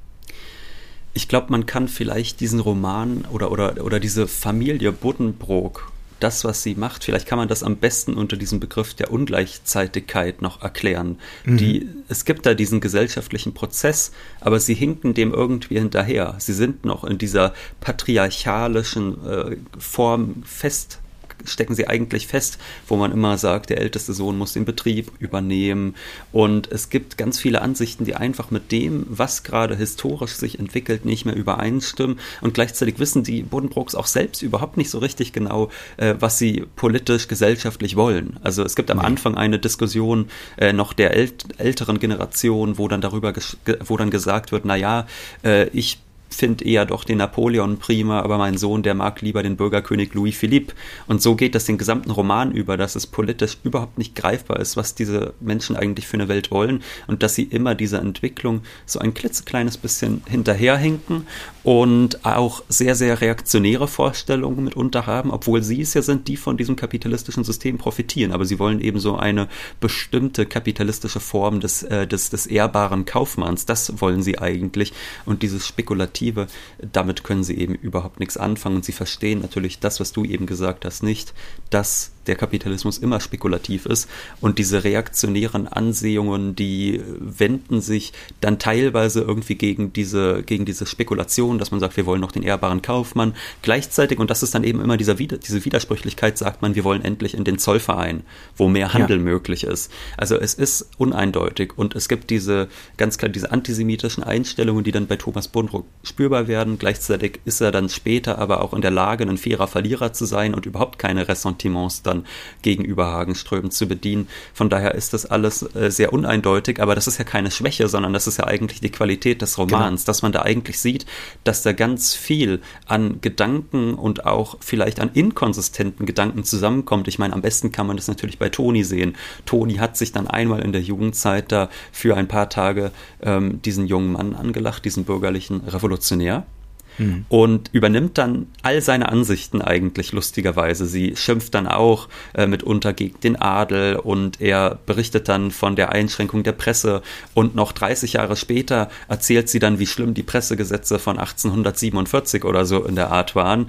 Ich glaube, man kann vielleicht diesen Roman oder diese Familie Buddenbrook, das, was sie macht, vielleicht kann man das am besten unter diesem Begriff der Ungleichzeitigkeit noch erklären. Es gibt da diesen gesellschaftlichen Prozess, aber sie hinken dem irgendwie hinterher. Sie sind noch in dieser patriarchalischen Form stecken sie eigentlich fest, wo man immer sagt, der älteste Sohn muss den Betrieb übernehmen, und es gibt ganz viele Ansichten, die einfach mit dem, was gerade historisch sich entwickelt, nicht mehr übereinstimmen, und gleichzeitig wissen die Buddenbrooks auch selbst überhaupt nicht so richtig genau, was sie politisch, gesellschaftlich wollen. Also es gibt am Anfang eine Diskussion noch der älteren Generation, wo dann gesagt wird, naja, ich finde eher doch den Napoleon prima, aber mein Sohn, der mag lieber den Bürgerkönig Louis Philippe. Und so geht das den gesamten Roman über, dass es politisch überhaupt nicht greifbar ist, was diese Menschen eigentlich für eine Welt wollen, und dass sie immer dieser Entwicklung so ein klitzekleines bisschen hinterherhinken und auch sehr, sehr reaktionäre Vorstellungen mitunter haben, obwohl sie es ja sind, die von diesem kapitalistischen System profitieren. Aber sie wollen eben so eine bestimmte kapitalistische Form des ehrbaren Kaufmanns. Das wollen sie eigentlich. Und dieses Spekulative Perspektive, damit können sie eben überhaupt nichts anfangen und sie verstehen natürlich das, was du eben gesagt hast, nicht, dass der Kapitalismus immer spekulativ ist und diese reaktionären Ansehungen, die wenden sich dann teilweise irgendwie gegen diese Spekulation, dass man sagt, wir wollen noch den ehrbaren Kaufmann. Gleichzeitig, und das ist dann eben immer diese Widersprüchlichkeit, sagt man, wir wollen endlich in den Zollverein, wo mehr Handel möglich ist. Also es ist uneindeutig und es gibt diese ganz klar diese antisemitischen Einstellungen, die dann bei Thomas Buddenbrook spürbar werden. Gleichzeitig ist er dann später aber auch in der Lage, ein fairer Verlierer zu sein und überhaupt keine Ressentiments dann gegenüber Hagenström zu bedienen. Von daher ist das alles sehr uneindeutig, aber das ist ja keine Schwäche, sondern das ist ja eigentlich die Qualität des Romans, dass man da eigentlich sieht, dass da ganz viel an Gedanken und auch vielleicht an inkonsistenten Gedanken zusammenkommt. Ich meine, am besten kann man das natürlich bei Toni sehen. Toni hat sich dann einmal in der Jugendzeit da für ein paar Tage diesen jungen Mann angelacht, diesen bürgerlichen Revolutionär. Und übernimmt dann all seine Ansichten eigentlich lustigerweise. Sie schimpft dann auch mitunter gegen den Adel und er berichtet dann von der Einschränkung der Presse und noch 30 Jahre später erzählt sie dann, wie schlimm die Pressegesetze von 1847 oder so in der Art waren,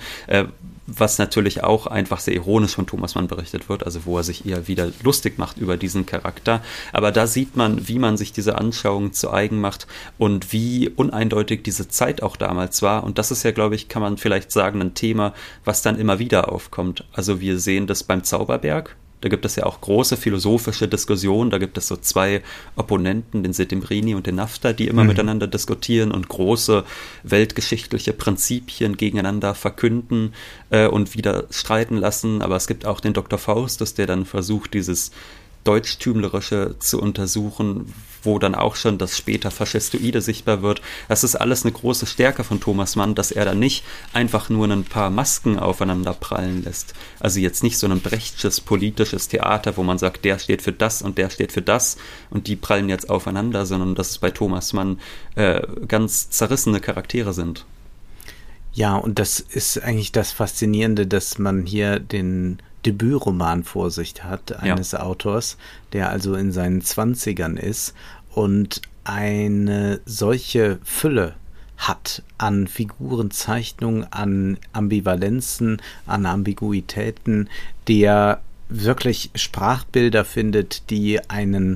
was natürlich auch einfach sehr ironisch von Thomas Mann berichtet wird, also wo er sich eher wieder lustig macht über diesen Charakter. Aber da sieht man, wie man sich diese Anschauung zu eigen macht und wie uneindeutig diese Zeit auch damals war. Und das ist ja, glaube ich, kann man vielleicht sagen, ein Thema, was dann immer wieder aufkommt. Also wir sehen das beim Zauberberg. Da gibt es ja auch große philosophische Diskussionen. Da gibt es so zwei Opponenten, den Settembrini und den Nafta, die immer miteinander diskutieren und große weltgeschichtliche Prinzipien gegeneinander verkünden und wieder streiten lassen. Aber es gibt auch den Dr. Faustus, der dann versucht, dieses Deutschtümlerische zu untersuchen, wo dann auch schon das später Faschistoide sichtbar wird. Das ist alles eine große Stärke von Thomas Mann, dass er da nicht einfach nur ein paar Masken aufeinander prallen lässt. Also jetzt nicht so ein Brechtsches politisches Theater, wo man sagt, der steht für das und der steht für das und die prallen jetzt aufeinander, sondern dass es bei Thomas Mann ganz zerrissene Charaktere sind.
Ja, und das ist eigentlich das Faszinierende, dass man hier den Debütroman vor sich hat, eines Autors, der also in seinen 20ern ist und eine solche Fülle hat an Figurenzeichnungen, an Ambivalenzen, an Ambiguitäten, der wirklich Sprachbilder findet, die einen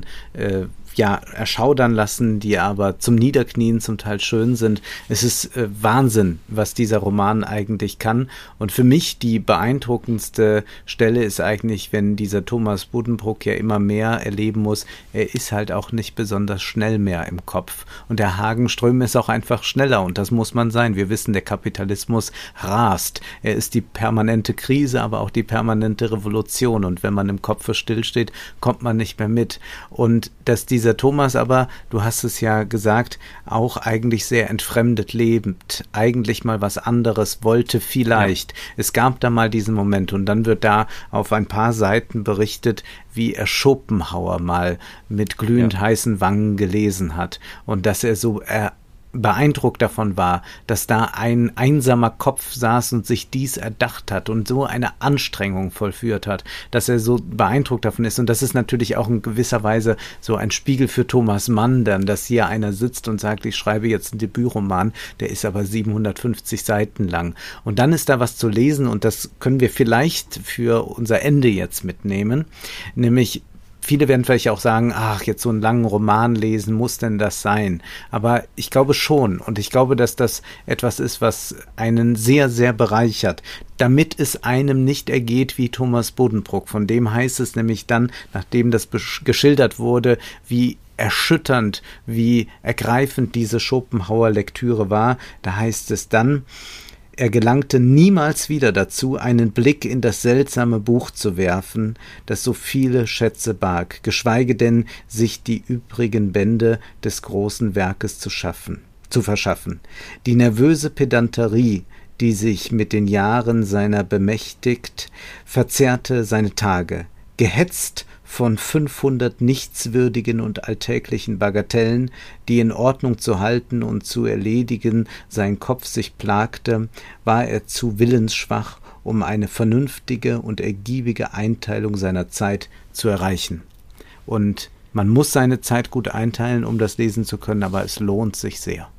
erschaudern lassen, die aber zum Niederknien zum Teil schön sind. Es ist Wahnsinn, was dieser Roman eigentlich kann. Und für mich die beeindruckendste Stelle ist eigentlich, wenn dieser Thomas Buddenbrook ja immer mehr erleben muss, er ist halt auch nicht besonders schnell mehr im Kopf. Und der Hagenström ist auch einfach schneller und das muss man sein. Wir wissen, der Kapitalismus rast. Er ist die permanente Krise, aber auch die permanente Revolution. Und wenn man im Kopf stillsteht, kommt man nicht mehr mit. Und dass dieser Thomas aber, du hast es ja gesagt, auch eigentlich sehr entfremdet lebt, eigentlich mal was anderes wollte vielleicht. Ja. Es gab da mal diesen Moment und dann wird da auf ein paar Seiten berichtet, wie er Schopenhauer mal mit glühend heißen Wangen gelesen hat und dass er so beeindruckt davon war, dass da ein einsamer Kopf saß und sich dies erdacht hat und so eine Anstrengung vollführt hat, dass er so beeindruckt davon ist. Und das ist natürlich auch in gewisser Weise so ein Spiegel für Thomas Mann dann, dass hier einer sitzt und sagt, ich schreibe jetzt einen Debütroman, der ist aber 750 Seiten lang. Und dann ist da was zu lesen und das können wir vielleicht für unser Ende jetzt mitnehmen, nämlich viele werden vielleicht auch sagen, ach, jetzt so einen langen Roman lesen, muss denn das sein? Aber ich glaube schon und ich glaube, dass das etwas ist, was einen sehr, sehr bereichert, damit es einem nicht ergeht wie Thomas Buddenbrook. Von dem heißt es nämlich dann, nachdem das geschildert wurde, wie erschütternd, wie ergreifend diese Schopenhauer-Lektüre war, da heißt es dann, er gelangte niemals wieder dazu, einen Blick in das seltsame Buch zu werfen, das so viele Schätze barg, geschweige denn sich die übrigen Bände des großen Werkes zu verschaffen. Die nervöse Pedanterie, die sich mit den Jahren seiner bemächtigt, verzehrte seine Tage. Gehetzt von 500 nichtswürdigen und alltäglichen Bagatellen, die in Ordnung zu halten und zu erledigen sein Kopf sich plagte, war er zu willensschwach, um eine vernünftige und ergiebige Einteilung seiner Zeit zu erreichen. Und man muss seine Zeit gut einteilen, um das lesen zu können, aber es lohnt sich sehr.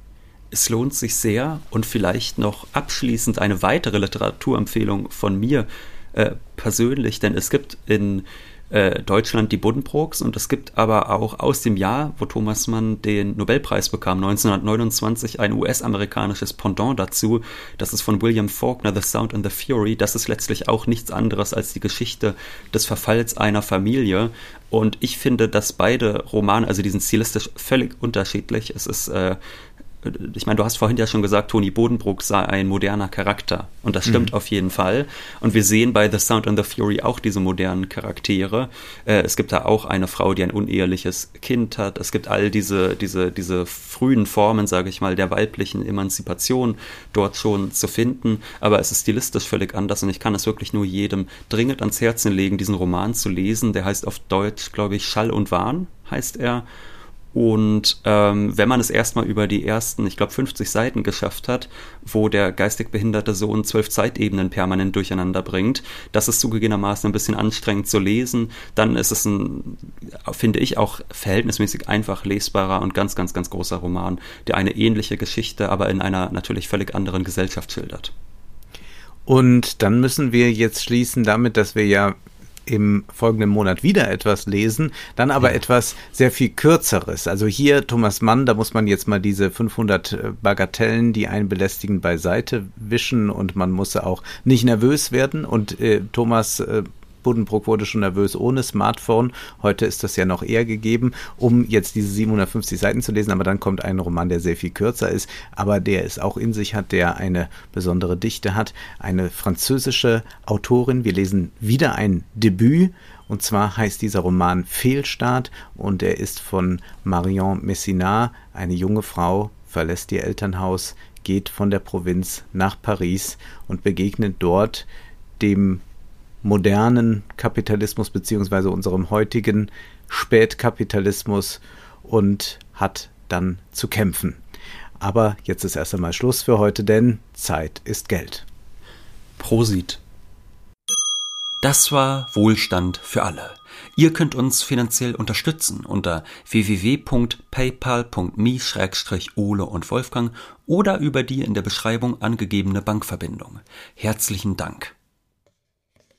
es lohnt sich sehr. Und vielleicht noch abschließend eine weitere Literaturempfehlung von mir persönlich, denn es gibt in Deutschland die Buddenbrooks und es gibt aber auch aus dem Jahr, wo Thomas Mann den Nobelpreis bekam, 1929, ein US-amerikanisches Pendant dazu. Das ist von William Faulkner, The Sound and the Fury. Das ist letztlich auch nichts anderes als die Geschichte des Verfalls einer Familie. Und ich finde, dass beide Romane, also die sind stilistisch völlig unterschiedlich. Es ist ich meine, du hast vorhin ja schon gesagt, Toni Buddenbrook sei ein moderner Charakter. Und das stimmt auf jeden Fall. Und wir sehen bei The Sound and the Fury auch diese modernen Charaktere. Es gibt da auch eine Frau, die ein uneheliches Kind hat. Es gibt all diese frühen Formen, sage ich mal, der weiblichen Emanzipation dort schon zu finden. Aber es ist stilistisch völlig anders. Und ich kann es wirklich nur jedem dringend ans Herzen legen, diesen Roman zu lesen. Der heißt auf Deutsch, glaube ich, Schall und Wahn, heißt er. Und wenn man es erstmal über die ersten, ich glaube 50 Seiten geschafft hat, wo der geistig behinderte Sohn 12 Zeitebenen permanent durcheinander bringt, das ist zugegebenermaßen ein bisschen anstrengend zu lesen, dann ist es ein, finde ich, auch verhältnismäßig einfach lesbarer und ganz, ganz, ganz großer Roman, der eine ähnliche Geschichte, aber in einer natürlich völlig anderen Gesellschaft schildert.
Und dann müssen wir jetzt schließen damit, dass wir ja im folgenden Monat wieder etwas lesen, dann aber etwas sehr viel Kürzeres. Also hier Thomas Mann, da muss man jetzt mal diese 500 Bagatellen, die einen belästigen, beiseite wischen und man muss auch nicht nervös werden. Und Thomas Buddenbrook wurde schon nervös ohne Smartphone. Heute ist das ja noch eher gegeben, um jetzt diese 750 Seiten zu lesen. Aber dann kommt ein Roman, der sehr viel kürzer ist, aber der es auch in sich hat, der eine besondere Dichte hat. Eine französische Autorin. Wir lesen wieder ein Debüt. Und zwar heißt dieser Roman Fehlstart und er ist von Marion Messinas. Eine junge Frau verlässt ihr Elternhaus, geht von der Provinz nach Paris und begegnet dort dem modernen Kapitalismus beziehungsweise unserem heutigen Spätkapitalismus und hat dann zu kämpfen. Aber jetzt ist erst einmal Schluss für heute, denn Zeit ist Geld.
Prosit. Das war Wohlstand für alle. Ihr könnt uns finanziell unterstützen unter www.paypal.me/Ole und Wolfgang oder über die in der Beschreibung angegebene Bankverbindung. Herzlichen Dank.